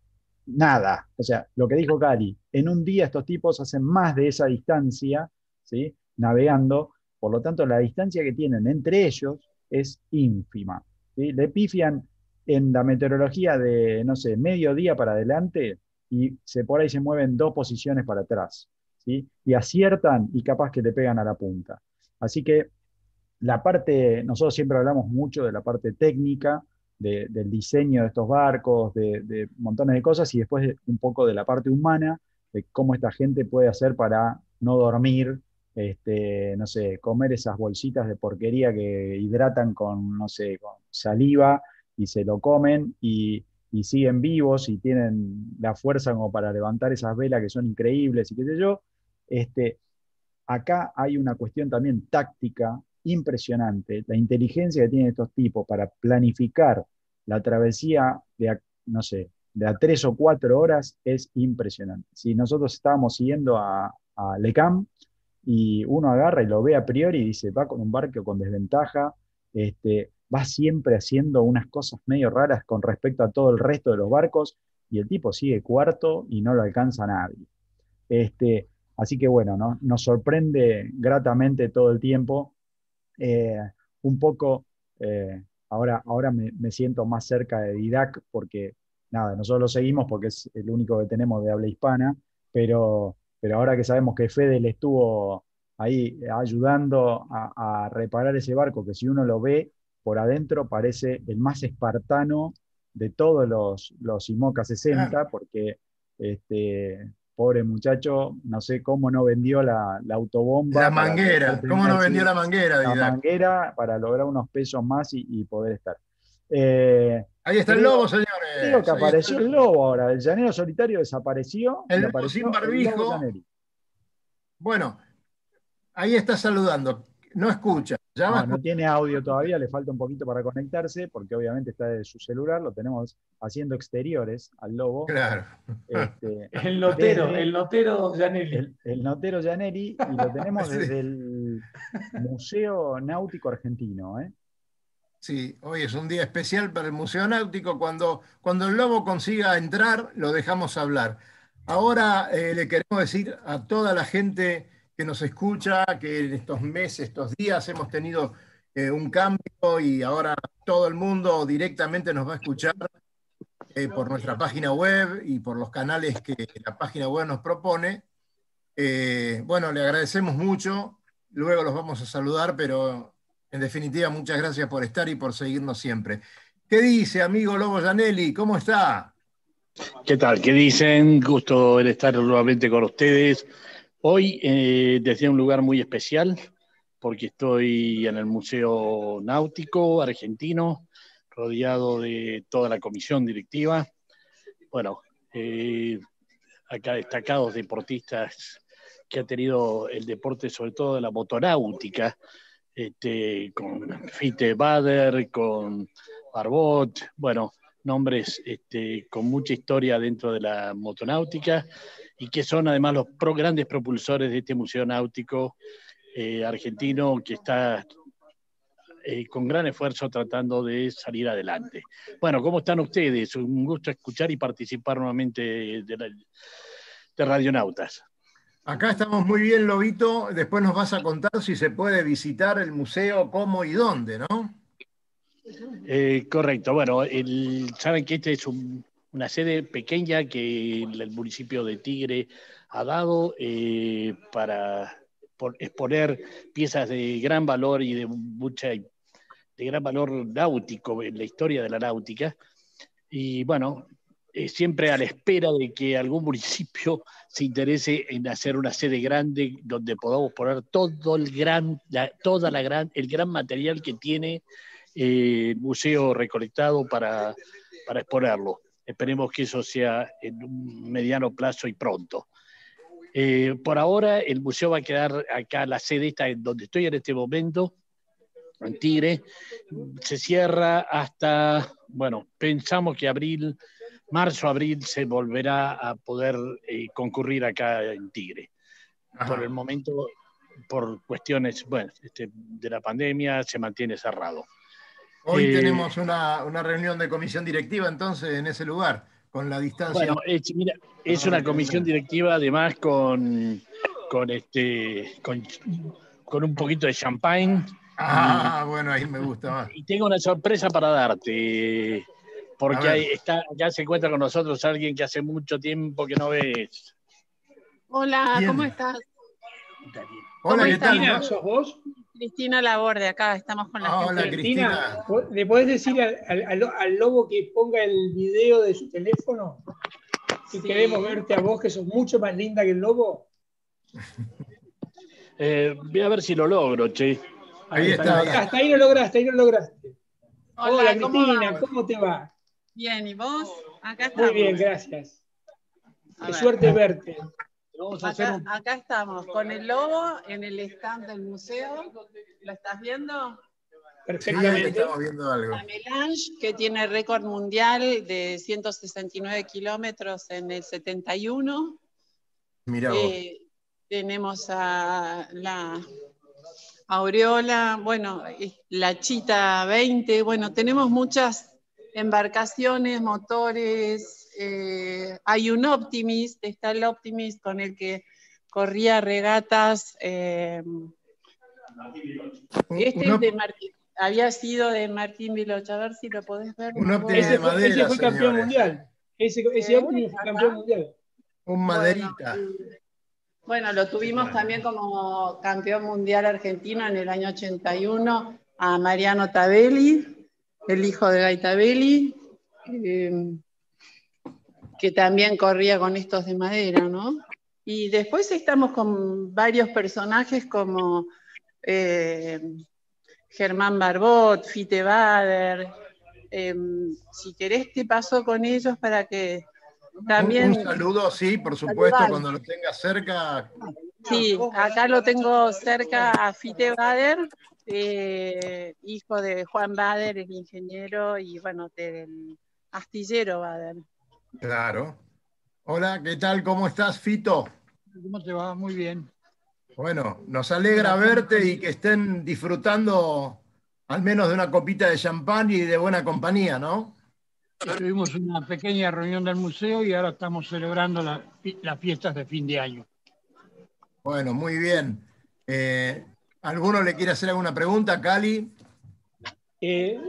nada. O sea, lo que dijo Cali, en un día estos tipos hacen más de esa distancia, ¿sí? Navegando, por lo tanto la distancia que tienen entre ellos es ínfima. ¿Sí? Le pifian en la meteorología de, no sé, medio día para adelante y se, por ahí se mueven dos posiciones para atrás. ¿Sí? Y aciertan y capaz que le pegan a la punta. Así que la parte, nosotros siempre hablamos mucho de la parte técnica, de, del diseño de estos barcos, de, de, montones de cosas, y después de, un poco de la parte humana, de cómo esta gente puede hacer para no dormir, este, no sé, comer esas bolsitas de porquería que hidratan con, no sé, con saliva y se lo comen y, y siguen vivos y tienen la fuerza como para levantar esas velas que son increíbles y qué sé yo. Este, acá hay una cuestión también táctica impresionante. La inteligencia que tienen estos tipos para planificar la travesía de, a, no sé, de a tres o cuatro horas es impresionante. Si nosotros estábamos siguiendo a, a Lecam y uno agarra y lo ve a priori y dice, va con un barco con desventaja, este, va siempre haciendo unas cosas medio raras con respecto a todo el resto de los barcos, y el tipo sigue cuarto y no lo alcanza a nadie. Este, así que bueno, ¿no? Nos sorprende gratamente todo el tiempo. Eh, un poco, eh, ahora, ahora me, me siento más cerca de Didac porque, nada, nosotros lo seguimos porque es el único que tenemos de habla hispana, pero, pero ahora que sabemos que Fede le estuvo ahí ayudando a, a reparar ese barco, que si uno lo ve por adentro parece el más espartano de todos los, los IMOCA sesenta, porque este, pobre muchacho, no sé cómo no vendió la, la autobomba. La manguera, ¿cómo no vendió la manguera? La Didac? manguera para lograr unos pesos más y, y poder estar. Eh, Ahí está el creo, lobo, señores. Creo que Ahí apareció está. el lobo ahora, el llanero solitario desapareció. El y lobo apareció sin barbijo. el lobo Llaneri. Bueno, ahí está saludando. No escucha. Ya va a No, no tiene audio todavía, le falta un poquito para conectarse, porque obviamente está de su celular, lo tenemos haciendo exteriores al lobo. Claro. Este, El notero, desde- el notero Gianelli. el, el notero Llaneri, y lo tenemos Sí. desde el Museo Náutico Argentino, ¿eh? Sí, hoy es un día especial para el Museo Náutico. Cuando, cuando el lobo consiga entrar, lo dejamos hablar. Ahora eh, le queremos decir a toda la gente que nos escucha que en estos meses, estos días, hemos tenido eh, un cambio y ahora todo el mundo directamente nos va a escuchar eh, por nuestra página web y por los canales que la página web nos propone. Eh, bueno, le agradecemos mucho. Luego los vamos a saludar, pero en definitiva, muchas gracias por estar y por seguirnos siempre. ¿Qué dice, amigo Lobo Llanelli? ¿Cómo está? ¿Qué tal? ¿Qué dicen? Gusto el estar nuevamente con ustedes. Hoy eh, desde un lugar muy especial, porque estoy en el Museo Náutico Argentino, rodeado de toda la comisión directiva. Bueno, eh, acá destacados deportistas que ha tenido el deporte, sobre todo de la motonáutica, este, con Fite Bader, con Barbot, bueno, nombres este, con mucha historia dentro de la motonáutica y que son además los pro, grandes propulsores de este Museo Náutico eh, argentino que está eh, con gran esfuerzo tratando de salir adelante. Bueno, ¿cómo están ustedes? Un gusto escuchar y participar nuevamente de, la, de Radionautas. Acá estamos muy bien, Lobito. Después nos vas a contar si se puede visitar el museo, cómo y dónde, ¿no? Eh, correcto. Bueno, el, saben que este es un, una sede pequeña que el, el municipio de Tigre ha dado eh, para por, exponer piezas de gran valor y de mucha de gran valor náutico en la historia de la náutica. Y bueno, eh, siempre a la espera de que algún municipio se interese en hacer una sede grande donde podamos poner todo el gran, la, toda la gran, el gran material que tiene eh, el museo recolectado para, para exponerlo. Esperemos que eso sea en un mediano plazo y pronto. Eh, por ahora el museo va a quedar acá, la sede está en donde estoy en este momento, en Tigre. Se cierra hasta, bueno, pensamos que abril, marzo, abril se volverá a poder eh, concurrir acá en Tigre. Ajá. Por el momento, por cuestiones, bueno, este, de la pandemia, se mantiene cerrado. Hoy eh, tenemos una, una reunión de comisión directiva entonces en ese lugar, con la distancia. Bueno, es, mira, es una comisión directiva además con, con, este, con, con un poquito de champagne. Ah, y, bueno, ahí me gusta más. Y tengo una sorpresa para darte, porque hay, está, ya se encuentra con nosotros alguien que hace mucho tiempo que no ves. Hola, ¿Quién? ¿Cómo estás? Hola, ¿qué tal? Cristina, ¿sos vos? Cristina Laborde, acá estamos con la ah, gente. Hola, Cristina. ¿Le podés decir al, al, al lobo que ponga el video de su teléfono? Si sí. Queremos verte a vos, que sos mucho más linda que el lobo. Eh, voy a ver si lo logro, che. Ahí está. Hasta, hasta ahí lo lograste, ahí lo lograste. Hola, Hola Cristina, ¿cómo, ¿cómo te va? Bien, ¿y vos? Acá estamos. Muy bien, gracias. A Qué ver. Suerte verte. Vamos a hacer Acá, un... acá estamos, con el lobo en el stand del museo. ¿Lo estás viendo? Sí, ahí Perfectamente. estamos viendo algo. La Melange, que tiene récord mundial de ciento sesenta y nueve kilómetros en el setenta y uno. Mirá vos. Eh, tenemos a la Aureola, bueno, la Chita veinte, bueno, tenemos muchas embarcaciones, motores, eh, hay un Optimist, está el Optimist con el que corría regatas, eh, este Un es de op- Martín, había sido de Martín Viloch, a ver si lo podés ver. Un no Optimist puedo. de Ese fue, ese madera, fue campeón señores. mundial. Ese, ese ¿Eh? Optimus fue campeón Acá. mundial. Un Bueno, maderita. Bueno, lo tuvimos también como campeón mundial argentino en el año ochenta y uno a Mariano Tabelli, el hijo de Guy Tabelli, eh, que también corría con estos de madera, ¿no? Y después estamos con varios personajes como eh, Germán Barbot, Fite Bader. Eh, si querés te paso con ellos para que también... Un, un saludo, sí, por supuesto, saludar. cuando lo tengas cerca. Sí, acá lo tengo cerca a Fite Bader, eh, hijo de Juan Bader, el ingeniero, y bueno, del astillero Bader. Claro. Hola, ¿qué tal? ¿Cómo estás, Fito? ¿Cómo te va? Muy bien. Bueno, nos alegra verte y que estén disfrutando al menos de una copita de champán y de buena compañía, ¿no? Tuvimos una pequeña reunión del museo y ahora estamos celebrando la- las fiestas de fin de año. Bueno, muy bien. Eh, ¿alguno le quiere hacer alguna pregunta, Cali? Eh,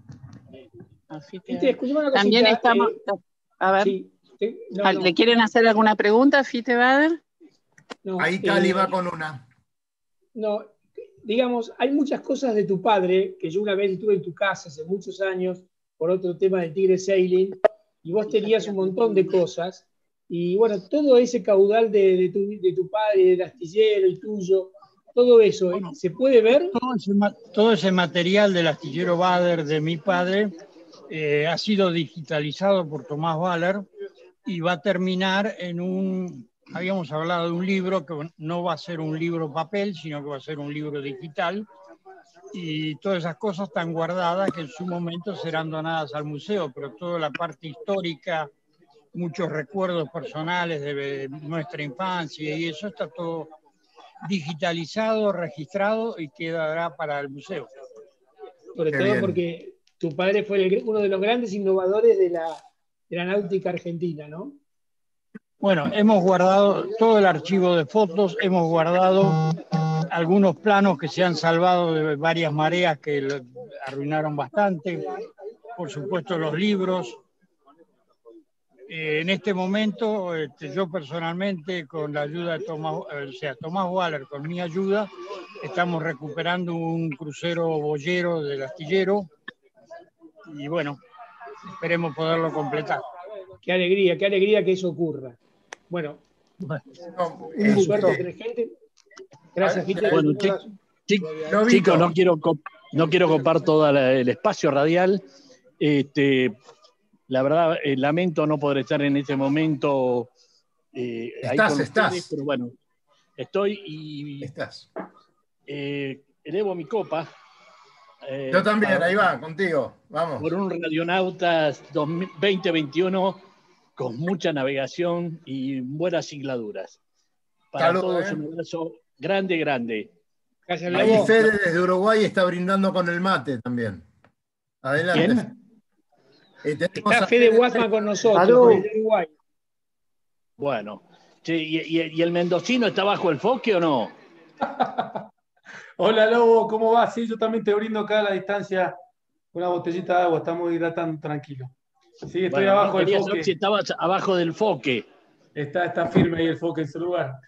A Fite Fite, escuchame una También cosita, estamos... eh, A ver, sí, te- no, ¿le no, quieren hacer alguna pregunta a Fite Bader? no, Ahí Cali eh, va con una. no, digamos, hay muchas cosas de tu padre que yo una vez estuve en tu casa hace muchos años por otro tema del Tigre Sailing y vos tenías un montón de cosas y bueno, todo ese caudal de, de, tu, de tu padre, del astillero y tuyo, todo eso, ¿eh? ¿Se puede ver? Todo ese, ma- todo ese material del astillero Bader de mi padre eh, ha sido digitalizado por Tomás Baller y va a terminar en un, habíamos hablado de un libro que no va a ser un libro papel, sino que va a ser un libro digital, y todas esas cosas están guardadas que en su momento serán donadas al museo, pero toda la parte histórica, muchos recuerdos personales de nuestra infancia y eso está todo digitalizado, registrado y quedará para el museo. Sobre Qué todo bien. porque tu padre fue el- uno de los grandes innovadores de la, de la náutica argentina, ¿no? Bueno, hemos guardado todo el archivo de fotos, hemos guardado algunos planos que se han salvado de varias mareas que lo arruinaron bastante, por supuesto los libros. Eh, en este momento, este, yo personalmente, con la ayuda de Tomás, o sea, Tomás Waller, con mi ayuda, estamos recuperando un crucero boyero del astillero y bueno, esperemos poderlo completar. Qué alegría, qué alegría que eso ocurra. Bueno, No, una este, suerte tener gente. Gracias, Fite. Bueno, Un chi- abrazo. chi- Lobito. chicos, no quiero, co- no quiero copar todo la- el espacio radial. Este, la verdad, eh, lamento no poder estar en este momento eh, ahí Estás, con estás. ustedes, pero bueno, estoy y Estás. eh, elevo mi copa. eh, Yo también, para- ahí va, contigo. Vamos. por un Radionautas dos mil veinte veintiuno con mucha navegación y buenas sigladuras. Para Salud, todos eh. un abrazo grande, grande. Gracias, Ahí Lobo. Fede desde Uruguay está brindando con el mate también. Adelante. ¿Quién? Eh, tenemos Está a Fede Fede- Guasma con nosotros, Salud. con el Uruguay. Bueno, che, ¿y, y- y el mendocino está bajo el foque o no? Hola Lobo, ¿cómo va? Sí, yo también te brindo acá a la distancia una botellita de agua, estamos hidratando tranquilo. Sí, estoy Bueno, abajo no, del quería foque. saber si estabas abajo del foque. Está, está firme ahí el foque en su lugar.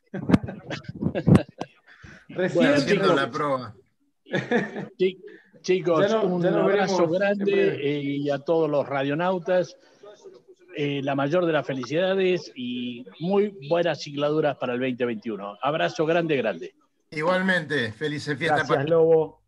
Recién, Bueno, haciendo chicos, la prueba. chi- chicos, Ya no- un ya nos abrazo veremos en grande breve. eh, y a todos los radionautas. eh, la mayor de las felicidades y muy buenas sigladuras para el veinte veintiuno. Abrazo grande, grande. Igualmente, felices fiestas. Gracias, para- Lobo.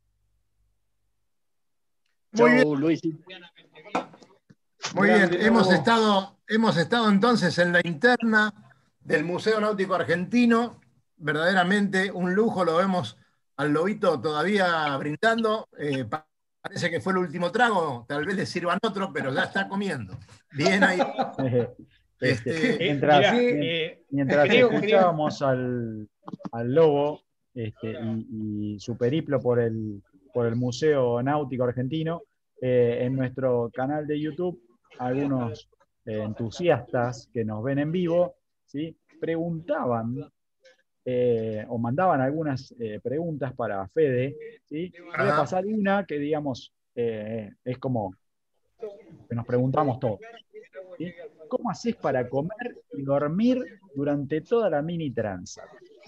Muy bien, Chau, Luis. muy Grande, bien. Hemos Lobo. estado, hemos estado entonces en la interna del Museo Náutico Argentino. Verdaderamente un lujo, lo vemos al lobito todavía brindando. Eh, parece que fue el último trago, tal vez le sirvan otro, pero ya está comiendo. Bien ahí. Este, Este, mientras Mirá, mien- eh, mientras creo- escuchábamos al, al lobo este, y, y su periplo por el, por el Museo Náutico Argentino, eh, en nuestro canal de YouTube, algunos eh, entusiastas que nos ven en vivo, ¿sí? preguntaban eh, o mandaban algunas eh, preguntas para Fede. ¿sí? Voy a Ajá. pasar una que, digamos, eh, es como que nos preguntamos todos. ¿sí? ¿Cómo haces para comer y dormir durante toda la mini tranza?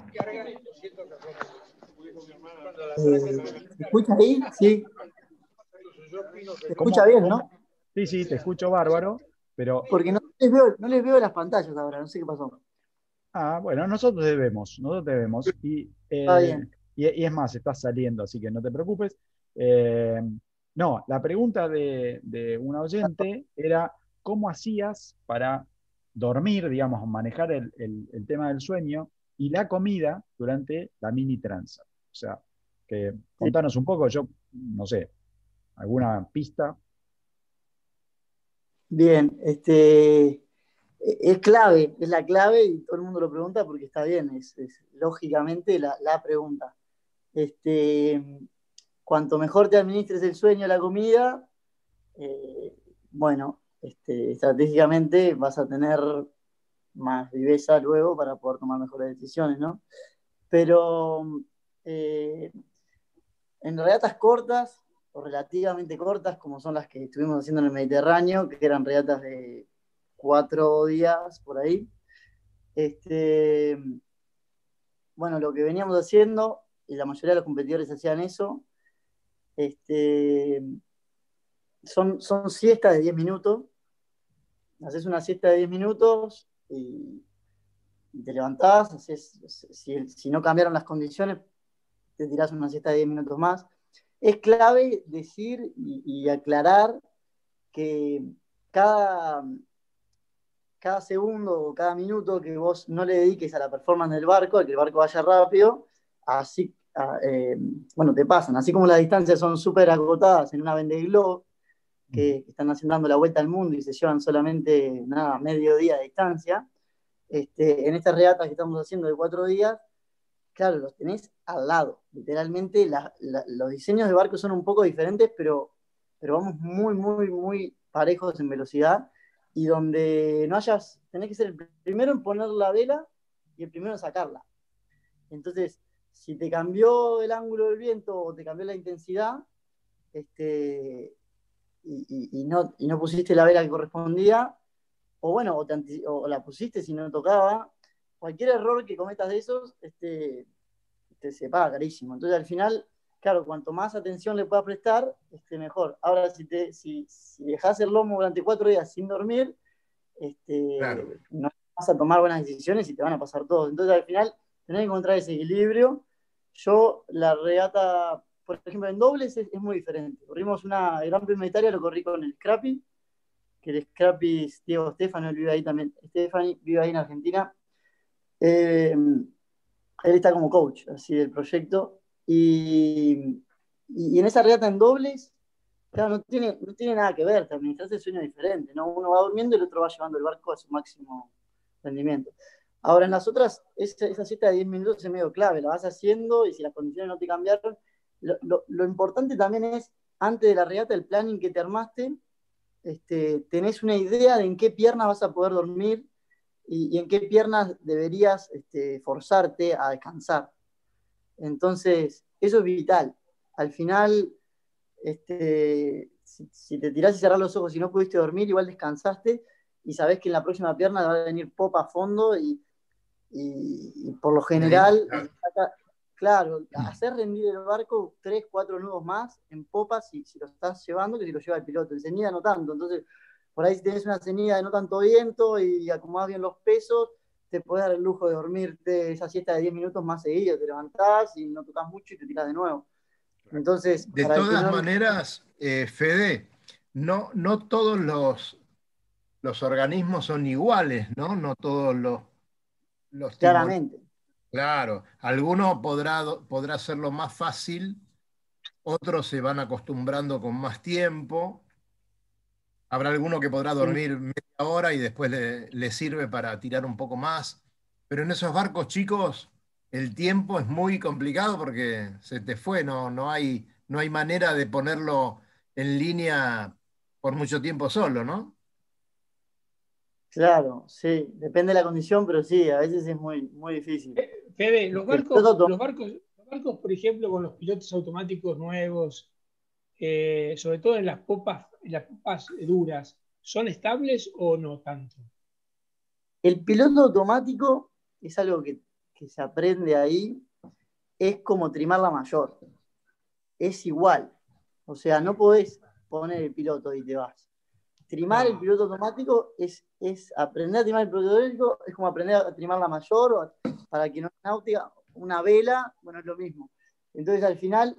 Eh, ¿Se escucha ahí? Sí. Se ¿Cómo- escucha bien, cómo- ¿no? Sí, sí, te escucho bárbaro, pero... Porque no les veo, no les veo las pantallas ahora, no sé qué pasó. Ah, bueno, nosotros debemos, nosotros debemos. Y, Está eh, bien. y, y es más, estás saliendo, así que no te preocupes. Eh, no, la pregunta de, de un oyente era, ¿cómo hacías para dormir, digamos, manejar el, el- el tema del sueño y la comida durante la mini tranza? O sea, que contanos un poco, yo no sé, alguna pista. Bien, este, es clave, es la clave y todo el mundo lo pregunta porque está bien, es, es lógicamente la, la pregunta. Este, cuanto mejor te administres el sueño y la comida, eh, bueno, este, estratégicamente vas a tener más viveza luego para poder tomar mejores decisiones, ¿no? Pero eh, en regatas cortas o relativamente cortas, como son las que estuvimos haciendo en el Mediterráneo, que eran regatas de cuatro días por ahí, este, bueno, lo que veníamos haciendo, y la mayoría de los competidores hacían eso, este, son, son siestas de diez minutos. Haces una siesta de diez minutos y, y te levantás, haces, si, si no cambiaron las condiciones, te tirás una siesta de diez minutos más. Es clave decir y, y aclarar que cada, cada segundo o cada minuto que vos no le dediques a la performance del barco, a que el barco vaya rápido, así, a, eh, bueno, te pasan. Así como las distancias son súper agotadas en una Vendée Globe, que, que están haciendo dando la vuelta al mundo y se llevan solamente nada, medio día de distancia, este, en estas regatas que estamos haciendo de cuatro días, claro, los tenés al lado. Literalmente la, la, los diseños de barcos son un poco diferentes, pero, pero vamos muy, muy, muy parejos en velocidad. Y donde no hayas, tenés que ser el primero en poner la vela y el primero en sacarla. Entonces, si te cambió el ángulo del viento o te cambió la intensidad, este, y, y, y, no, y no pusiste la vela que correspondía, o bueno, o, te, o la pusiste si no tocaba, cualquier error que cometas de esos, este, te se paga carísimo. Entonces, al final, claro, cuanto más atención le puedas prestar, este, mejor. Ahora, si, te, si, si dejas el lomo durante cuatro días sin dormir, este, Claro. no vas a tomar buenas decisiones y te van a pasar todos. Entonces, al final, tenés que encontrar ese equilibrio. Yo, la regata, por ejemplo, en dobles es, es muy diferente. Corrimos una Gran Premio de Italia, lo corrí con el Scrappy, que el Scrappy, Diego Stefano, él vive ahí también. Stefani vive ahí en Argentina. Eh, él está como coach, así, del proyecto. Y, y, y en esa regata en dobles, claro, no tiene, no tiene nada que ver, te administras el sueño diferente, ¿no? Uno va durmiendo y el otro va llevando el barco a su máximo rendimiento. Ahora, en las otras, esa, esa siesta de diez minutos es medio clave, la vas haciendo y si las condiciones no te cambiaron, lo, lo, lo importante también es, antes de la regata, el planning que te armaste, este, tenés una idea de en qué piernas vas a poder dormir y, y en qué piernas deberías este, forzarte a descansar. Entonces, eso es vital. Al final, este, si, si te tirás y cerrás los ojos y no pudiste dormir, igual descansaste y sabés que en la próxima pierna va a venir popa a fondo y, y, y por lo general, claro, hacer rendir el barco tres, cuatro nudos más en popa si, si lo estás llevando que si lo lleva el piloto. En cenida no tanto. Entonces, por ahí si tenés una cenida de no tanto viento y acomodás bien los pesos, te podés dar el lujo de dormirte esa siesta de diez minutos más seguido. Te levantás y no tocas mucho y te tirás de nuevo. Entonces, de para todas no... maneras, eh, Fede, no, no todos los, los organismos son iguales, ¿no? No todos los, los timoneros. Claramente. Claro, alguno podrá, podrá hacerlo más fácil, otros se van acostumbrando con más tiempo. Habrá alguno que podrá dormir media hora y después le, le sirve para tirar un poco más. Pero en esos barcos chicos el tiempo es muy complicado porque se te fue, no, no hay, no hay manera de ponerlo en línea por mucho tiempo solo, ¿no? Claro, sí, depende de la condición, pero sí, a veces es muy, muy difícil. Fede, los Este, el barcos, piloto los barcos, los barcos, por ejemplo, con los pilotos automáticos nuevos, eh, sobre todo en las popas, en las popas duras, ¿son estables o no tanto? El piloto automático es algo que, que se aprende ahí, es como trimar la mayor. Es igual. O sea, no podés poner el piloto y te vas. Trimar el No. piloto automático es, es aprender a trimar el piloto automático, es como aprender a trimar la mayor, o a- para que no náutica, una vela, bueno, es lo mismo. Entonces, al final,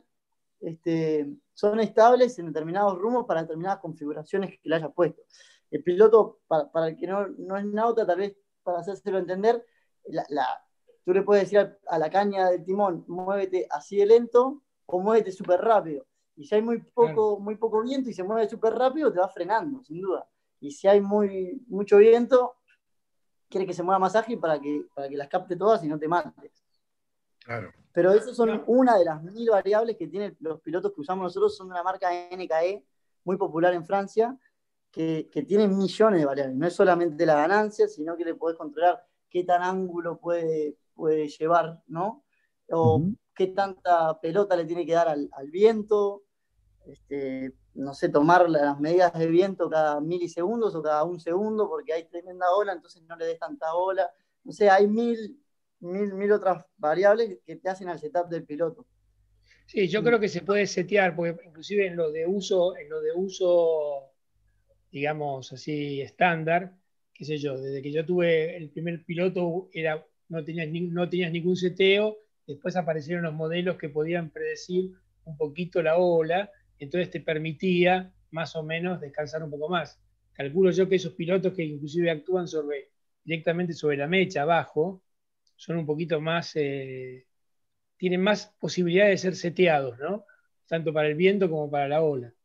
este, son estables en determinados rumos para determinadas configuraciones que le hayas puesto. El piloto, para, para el que no, no es nauta, tal vez para hacérselo entender, la, la, tú le puedes decir a, a la caña del timón, muévete así de lento o muévete súper rápido. Y si hay muy poco, muy poco viento y se mueve súper rápido, te va frenando, sin duda. Y si hay muy, mucho viento, quiere que se mueva más ágil para que, para que las capte todas y no te mates. Claro. Pero esas son No. una de las mil variables que tienen los pilotos que usamos nosotros, son de una marca N K E, muy popular en Francia, que, que tienen millones de variables. No es solamente la ganancia, sino que le podés controlar qué tan ángulo puede, puede llevar, ¿no? O Ujú. qué tanta pelota le tiene que dar al, al viento, este, no sé, tomar las medidas de viento cada milisegundos o cada un segundo, porque hay tremenda ola, entonces no le des tanta ola. O sea, hay mil, mil, mil otras variables que te hacen al setup del piloto. Sí, yo creo que se puede setear, porque inclusive en lo de uso, en lo de uso, digamos así, estándar, qué sé yo, desde que yo tuve el primer piloto era, no tenías, ni- no tenías ningún seteo, después aparecieron los modelos que podían predecir un poquito la ola, entonces te permitía más o menos descansar un poco más. Calculo yo que esos pilotos que inclusive actúan sobre, directamente sobre la mecha abajo, son un poquito más, eh, tienen más posibilidades de ser seteados, ¿no? Tanto para el viento como para la ola.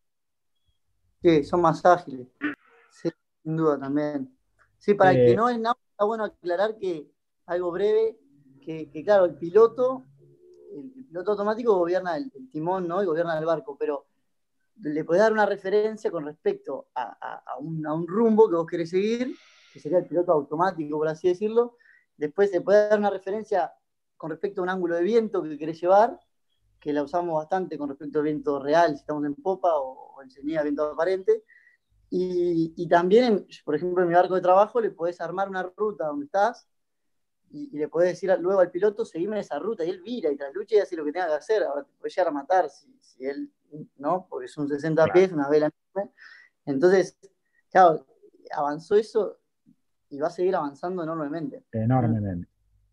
Sí, son más ágiles. Sí, sin duda también. Sí, para el que Eh, no es náutico, está bueno aclarar que, algo breve, que, que claro, el piloto, el, el piloto automático gobierna el, el timón, ¿no? Y gobierna el barco, pero le podés dar una referencia con respecto a, a, a, un, a un rumbo que vos querés seguir, que sería el piloto automático, por así decirlo. Después se puede dar una referencia con respecto a un ángulo de viento que querés llevar, que la usamos bastante con respecto al viento real, si estamos en popa o, o en ceñida, viento aparente. Y, y también, por ejemplo, en mi barco de trabajo le podés armar una ruta donde estás y, y le podés decir luego al piloto, seguime esa ruta, y él vira y traslucha y hace lo que tenga que hacer. Ahora te puede llegar a matar si, si él, ¿no? Porque son sesenta claro, pies, una vela enorme. Entonces, claro, avanzó eso y va a seguir avanzando enormemente. enormemente.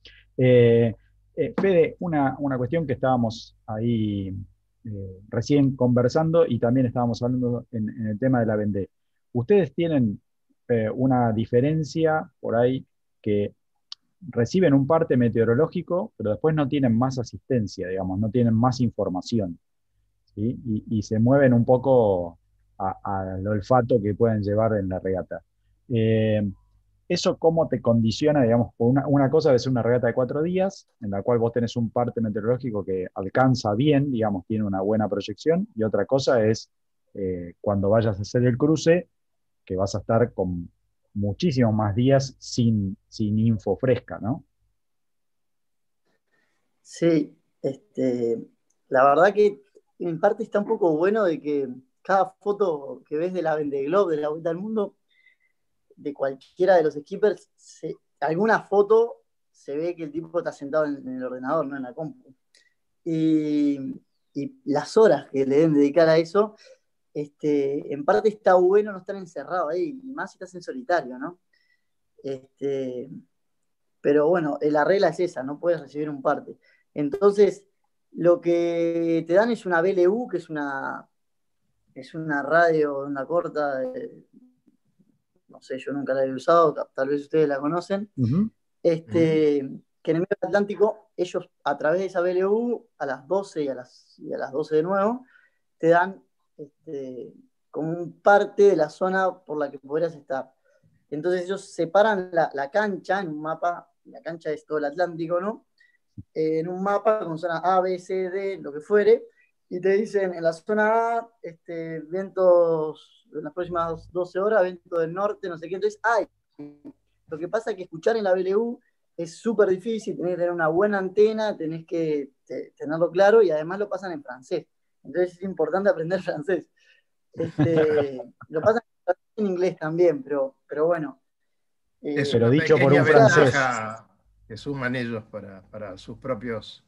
Eh, eh, Fede, una, una cuestión que estábamos ahí eh, recién conversando y también estábamos hablando en, en el tema de la Vendée. ¿Ustedes tienen eh, una diferencia por ahí que reciben un parte meteorológico, pero después no tienen más asistencia, digamos, no tienen más información, ¿sí? Y, y se mueven un poco a- al olfato que pueden llevar en la regata? Eh, ¿Eso cómo te condiciona, digamos? Por una, una cosa es una regata de cuatro días, en la cual vos tenés un parte meteorológico que alcanza bien, digamos, tiene una buena proyección, y otra cosa es eh, cuando vayas a hacer el cruce, que vas a estar con muchísimos más días sin, sin info fresca, ¿no? Sí, este, la verdad que en parte está un poco bueno de que cada foto que ves de la Vendée Globe, de la Vuelta al Mundo, de cualquiera de los skippers, se, alguna foto se ve que el tipo está sentado en, en el ordenador, no en la compu. Y, y las horas que le deben dedicar a eso, este, en parte está bueno no estar encerrado ahí, y más si estás en solitario, ¿no? Este, pero bueno, la regla es esa, no puedes recibir un parte. Entonces, lo que te dan es una B L U, que es una, es una radio, una corta, de, no sé, yo nunca la he usado, tal vez ustedes la conocen. Uh -huh. este, uh-huh. que en el medio Atlántico, ellos a través de esa B L U, a las doce y a las, y a las doce de nuevo, te dan este, como un parte de la zona por la que podrías estar. Entonces ellos separan la, la cancha en un mapa, la cancha es todo el Atlántico, ¿no? Eh, en un mapa con zona A, B, C, D, lo que fuere, y te dicen en la zona A, este, vientos en las próximas doce horas, viento del norte, no sé qué. Entonces, ay, lo que pasa es que escuchar en la B L U es súper difícil, tenés que tener una buena antena, tenés que te, tenerlo claro, y además lo pasan en francés. Entonces es importante aprender francés. Este, lo pasan en inglés también, pero, pero bueno. Eh, es una dicho por un francés que suman ellos para, para sus propios.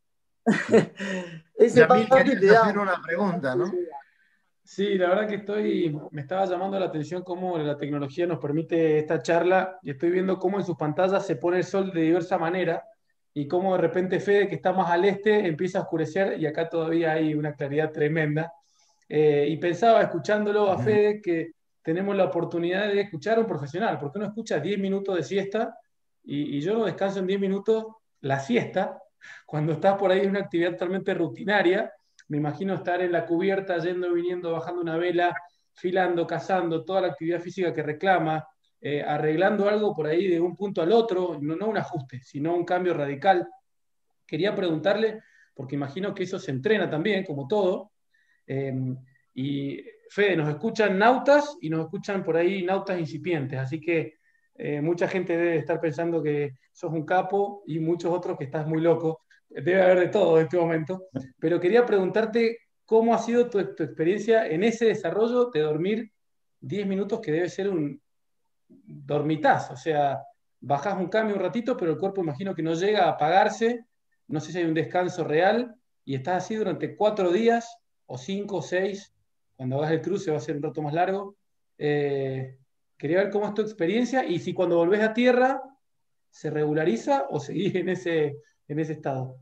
Yamil, querías hacer una pregunta, ¿no? Sí, la verdad que estoy, me estaba llamando la atención cómo la tecnología nos permite esta charla y estoy viendo cómo en sus pantallas se pone el sol de diversa manera y cómo de repente Fede, que está más al este, empieza a oscurecer y acá todavía hay una claridad tremenda. Eh, y pensaba, escuchándolo a Fede, que tenemos la oportunidad de escuchar a un profesional, porque uno escucha diez minutos de siesta y, y yo no descanso en diez minutos la siesta, cuando estás por ahí en una actividad totalmente rutinaria. Me imagino estar en la cubierta, yendo, viniendo, bajando una vela, filando, cazando, toda la actividad física que reclama, eh, arreglando algo por ahí de un punto al otro, no, no un ajuste, sino un cambio radical. Quería preguntarle, porque imagino que eso se entrena también, como todo, eh, y Fede, nos escuchan nautas y nos escuchan por ahí nautas incipientes, así que eh, mucha gente debe estar pensando que sos un capo y muchos otros que estás muy loco. Debe haber de todo en este momento, pero quería preguntarte cómo ha sido tu, tu experiencia en ese desarrollo de dormir diez minutos, que debe ser un dormitaz, o sea, bajás un cambio un ratito, pero el cuerpo imagino que no llega a apagarse, no sé si hay un descanso real, y estás así durante cuatro días, o cinco, o seis, cuando hagas el cruce va a ser un rato más largo. Eh, quería ver cómo es tu experiencia, y si cuando volvés a tierra se regulariza o seguís en ese, en ese estado.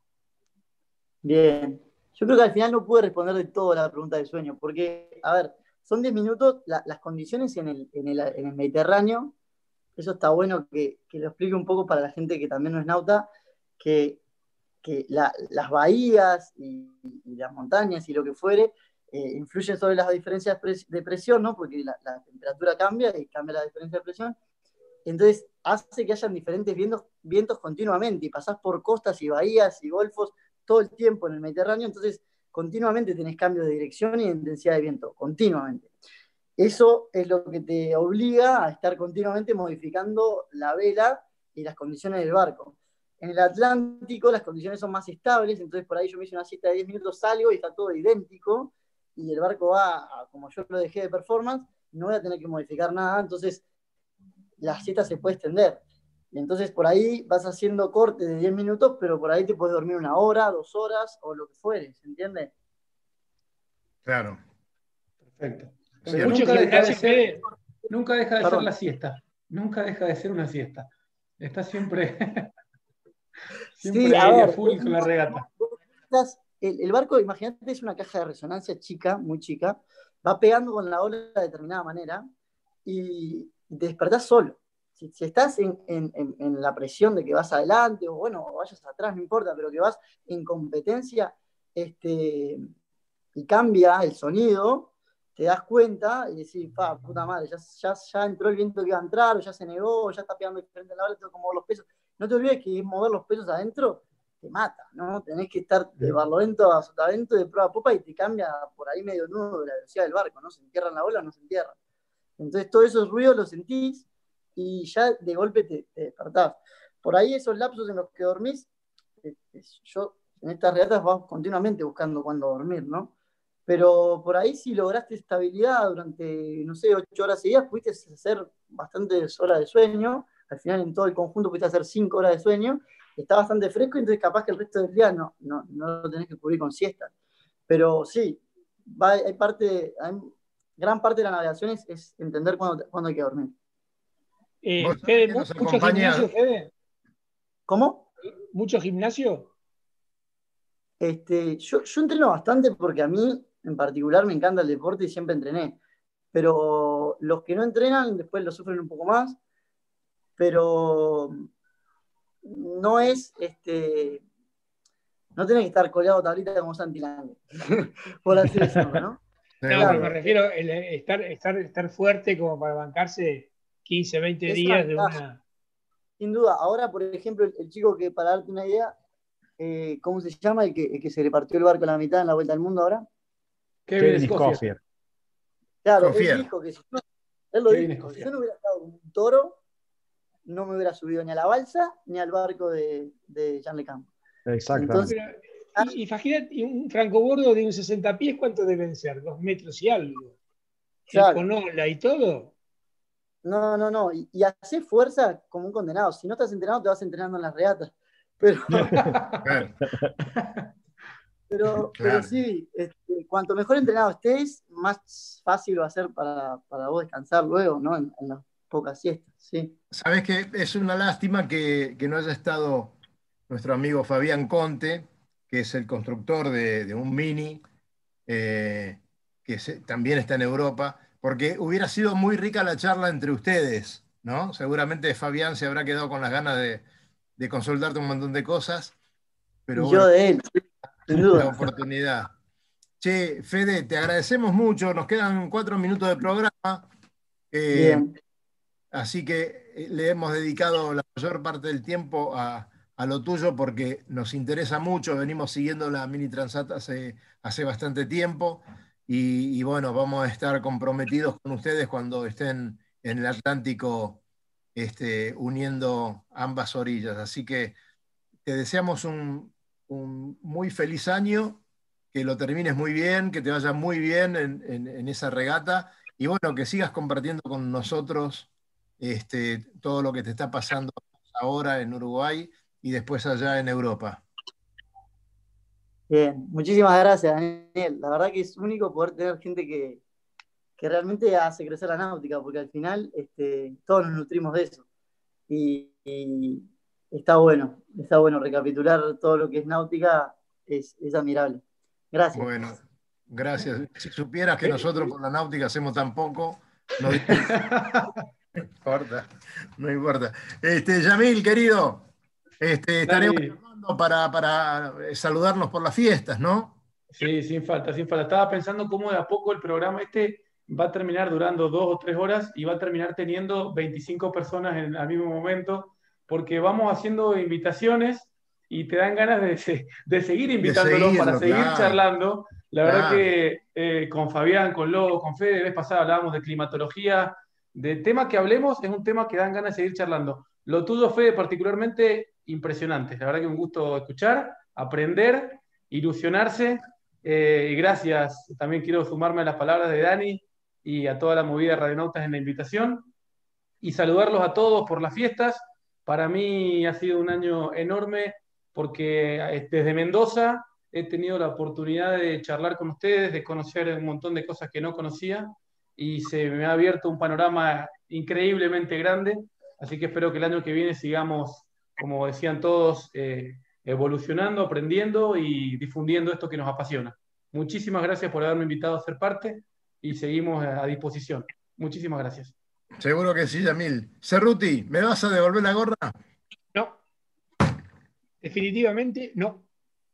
Bien, yo creo que al final no pude responder de todo la pregunta del sueño, porque, a ver, son diez minutos, la, las condiciones en el, en, el, en el Mediterráneo, eso está bueno que, que lo explique un poco para la gente que también no es nauta, que, que la, las bahías y, y las montañas y lo que fuere, eh, influyen sobre las diferencias de presión, ¿no? Porque la, la temperatura cambia y cambia la diferencia de presión. Entonces hace que hayan diferentes vientos, vientos continuamente, y pasás por costas y bahías y golfos todo el tiempo en el Mediterráneo, entonces continuamente tenés cambios de dirección y de intensidad de viento, continuamente. Eso es lo que te obliga a estar continuamente modificando la vela y las condiciones del barco. En el Atlántico las condiciones son más estables, entonces por ahí yo me hice una siesta de diez minutos, salgo y está todo idéntico, y el barco va a, como yo lo dejé de performance, no voy a tener que modificar nada, entonces la siesta se puede extender. Y entonces por ahí vas haciendo cortes de diez minutos, pero por ahí te puedes dormir una hora, dos horas, o lo que fuere, ¿se entiende? Claro. Perfecto. Sí, nunca, mucho deja de ser, ser, nunca deja de Perdón. ser la siesta. Nunca deja de ser una siesta. Está siempre, siempre Sí, a ahí a ver, full con la regata. El, el barco, imagínate, es una caja de resonancia chica, muy chica, va pegando con la ola de determinada manera y te despertás solo. Si, si estás en, en, en la presión de que vas adelante, o bueno, o vayas atrás, no importa, pero que vas en competencia, este, y cambia el sonido, te das cuenta y decís, pa, puta madre, ya, ya, ya entró el viento que iba a entrar, o ya se negó, o ya está pegando diferente a la ola, tengo que mover los pesos. No te olvides que mover los pesos adentro te mata, ¿no? Tenés que estar de barlovento a sotavento, de proa a popa, y te cambia por ahí medio nudo de la velocidad del barco, ¿no? Se entierra en la ola, no se entierra. Entonces todos esos ruidos los sentís y ya de golpe te, te despertás. Por ahí esos lapsos en los que dormís, eh, yo en estas regatas vas continuamente buscando cuándo dormir, ¿no? Pero por ahí si lograste estabilidad durante, no sé, ocho horas seguidas, pudiste hacer bastantes horas de sueño, al final en todo el conjunto pudiste hacer cinco horas de sueño, está bastante fresco, entonces capaz que el resto del día no, no, no lo tenés que cubrir con siesta. Pero sí, va, hay parte, hay, gran parte de la navegación es, es entender cuándo, cuándo hay que dormir. Eh, Fede, ¿mucho acompaña... gimnasio, Fede? ¿Cómo? ¿Mucho gimnasio? Este, yo, yo entreno bastante porque a mí, en particular, me encanta el deporte y siempre entrené. Pero los que no entrenan, después lo sufren un poco más. Pero no es, este, no tenés que estar colgado tablita como Santi Lange, por así decirlo, ¿no? No, Claro. pero me refiero a estar, estar, estar fuerte como para bancarse quince, veinte Es días una de ventaja. una... Sin duda. Ahora, por ejemplo, el, el chico que, para darte una idea, eh, ¿cómo se llama? El que, el que se le partió el barco a la mitad en la Vuelta al Mundo ahora. Kevin Kevin Escofier. Escofier. Claro, Confier. él dijo que si yo, él lo Kevin dijo, si Escofier. yo no hubiera estado como un toro, no me hubiera subido ni a la balsa ni al barco de, de Jean Le Camp. Exactamente. Entonces, Pero, y, imagínate, y un francobordo de un sesenta pies, ¿cuánto deben ser? Dos metros y algo. Claro. Con ola y todo. No, no, no. Y, y hacer fuerza como un condenado. Si no estás entrenado, te vas entrenando en las regatas. Pero, Claro. pero, Claro. pero sí, este, cuanto mejor entrenado estés, más fácil va a ser para, para vos descansar luego, ¿no? En, en las pocas siestas, sí. Sabes que es una lástima que, que no haya estado nuestro amigo Fabián Conte, que es el constructor de, de un Mini, eh, que se- también está en Europa, porque hubiera sido muy rica la charla entre ustedes, ¿no? Seguramente Fabián se habrá quedado con las ganas de, de consultarte un montón de cosas, pero Y bueno, yo de él, sí, sin la duda. oportunidad. Che, Fede, te agradecemos mucho, nos quedan cuatro minutos de programa. eh, Bien. Así que eh, le hemos dedicado la mayor parte del tiempo a, a lo tuyo porque nos interesa mucho, venimos siguiendo la Mini Transat hace, hace bastante tiempo y, y bueno, vamos a estar comprometidos con ustedes cuando estén en el Atlántico este, uniendo ambas orillas. Así que te deseamos un, un muy feliz año, que lo termines muy bien, que te vaya muy bien en, en- en esa regata y bueno, que sigas compartiendo con nosotros este, todo lo que te está pasando ahora en Uruguay y después allá en Europa. Bien. Muchísimas gracias, Daniel. La verdad que es único poder tener gente que, que realmente hace crecer la náutica, porque al final este, todos nos nutrimos de eso. Y, y está bueno, está bueno recapitular todo lo que es náutica, es, es admirable. Gracias. Bueno, gracias. Si supieras que nosotros por la náutica hacemos tan poco, no, no importa, no importa. Este, Yamil, querido, este, estaremos Dani, llamando para, para saludarnos por las fiestas, ¿no? sí, sin falta, sin falta. Estaba pensando cómo de a poco el programa este va a terminar durando dos o tres horas y va a terminar teniendo veinticinco personas en, al mismo momento, porque vamos haciendo invitaciones y te dan ganas de, de seguir invitándolos seguirlo, para seguir claro, charlando. La verdad claro. que eh, con Fabián, con Lobo, con Fede, la vez pasada hablábamos de climatología, de tema que hablemos, es un tema que dan ganas de seguir charlando. Lo tuyo, Fede, particularmente impresionante. La verdad que un gusto escuchar, aprender, ilusionarse. Eh, y gracias, también quiero sumarme a las palabras de Dani y a toda la movida de Radionautas en la invitación y saludarlos a todos por las fiestas. Para mí ha sido un año enorme porque eh, desde Mendoza he tenido la oportunidad de charlar con ustedes, de conocer un montón de cosas que no conocía y se me ha abierto un panorama increíblemente grande. Así que espero que el año que viene sigamos, como decían todos, eh, evolucionando, aprendiendo y difundiendo esto que nos apasiona. Muchísimas gracias por haberme invitado a ser parte y seguimos a disposición. Muchísimas gracias. Seguro que sí, Yamil. Cerruti, ¿me vas a devolver la gorra? No, definitivamente no.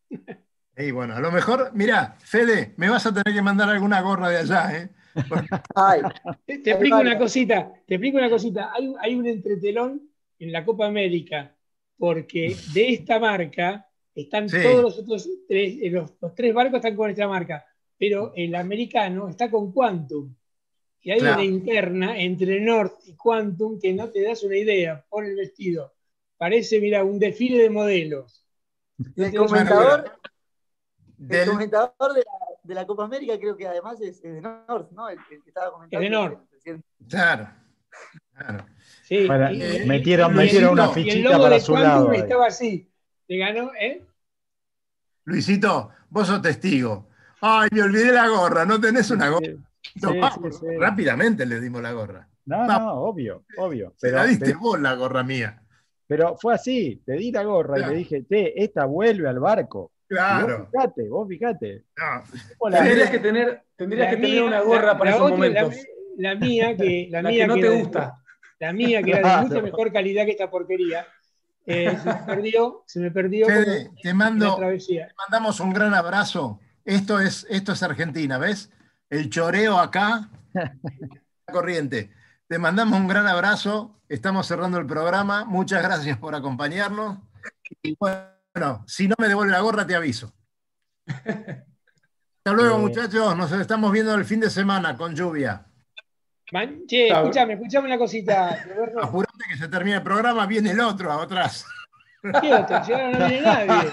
Y bueno, a lo mejor, mirá, Fede, me vas a tener que mandar alguna gorra de allá, ¿eh? Porque- Ay, Te, te explico una cosita, te explico una cosita. Hay, hay un entretelón en la Copa América, porque de esta marca están Sí. todos los otros tres, eh, los, los tres barcos están con esta marca, pero el americano está con Quantum. Y hay Claro. una interna entre North y Quantum que no te das una idea por el vestido. Parece, mira, un desfile de modelos. No el te das una comentador, idea. el Del- comentador de la, de la Copa América creo que además es, es de North, ¿no? El, el que estaba comentando. Es de North. el presidente. Claro, claro. Sí, Para- y- eh, y- metieron y- metieron una y el fichita logo para de su Quantum lado. ahí. estaba así. Le ganó, ¿eh? Luisito, vos sos testigo. Ay, me olvidé la gorra, ¿no tenés una gorra? Sí, No, sí, vamos, sí, sí. rápidamente le dimos la gorra. No, Vamos, no, obvio, obvio. se Pero, la diste pero, vos la gorra mía. pero fue así, te di la gorra y Claro. le dije, che, esta vuelve al barco. Y vos Claro. fijate, vos fijate. No. Vos la- Tendrías que tener, tendrías La que tener mía- una gorra la- para la esos otra, la- momentos. La, mía, que, la La mía que no te era de- gusta. la mía, que era de Claro. mucha mejor calidad que esta porquería, Eh, se me perdió, se me perdió. Fede, como te mando, en la travesía. te mandamos un gran abrazo. Esto es, esto es Argentina, ¿ves? El choreo acá, corriente. Te mandamos un gran abrazo. Estamos cerrando el programa. Muchas gracias por acompañarnos. Y bueno, si no me devuelve la gorra, te aviso. Hasta luego, Eh, muchachos. Nos estamos viendo el fin de semana con lluvia. Man- che, Chao. escúchame, escúchame una cosita, Roberto. Apurate que se termina el programa, viene el otro atrás. ¿Qué otro? Si ahora no viene nadie.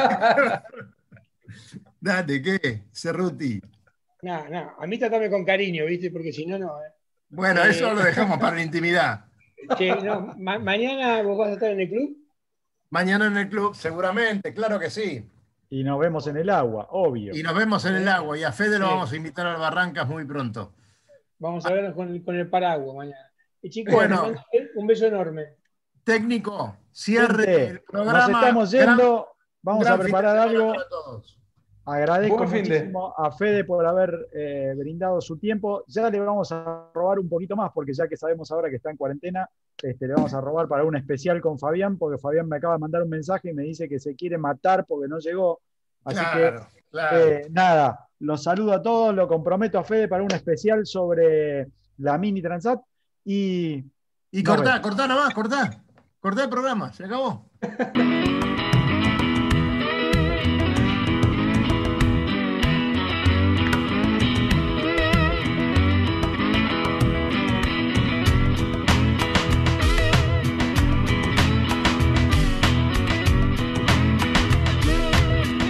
Date, ¿qué? Cerruti. No, no, a mí tratame con cariño, ¿viste? Porque si no, no. eh. Bueno, Eh. eso lo dejamos para la intimidad. Che, no, ma- mañana vos vas a estar en el club. Mañana en el club, seguramente, claro que sí. y nos vemos en el agua, obvio. Y nos vemos en el agua. Y a Fede lo Sí. vamos a invitar al Barrancas muy pronto. Vamos a vernos con el, con el paraguas mañana. Y chicos, Bueno. les mando un beso enorme. Técnico, cierre Gente, el programa. nos estamos yendo, vamos gran a fin de preparar semana algo. para todos. Agradezco Buen fin de. muchísimo a Fede por haber eh, brindado su tiempo. Ya le vamos a robar un poquito más, porque ya que sabemos ahora que está en cuarentena, este, le vamos a robar para un especial con Fabián, porque Fabián me acaba de mandar un mensaje y me dice que se quiere matar porque no llegó. Así Claro, que, claro. eh, nada, los saludo a todos, lo comprometo a Fede para un especial sobre la Mini Transat y... Y nos cortá, vemos. cortá nomás, cortá. Cortá el programa, se acabó.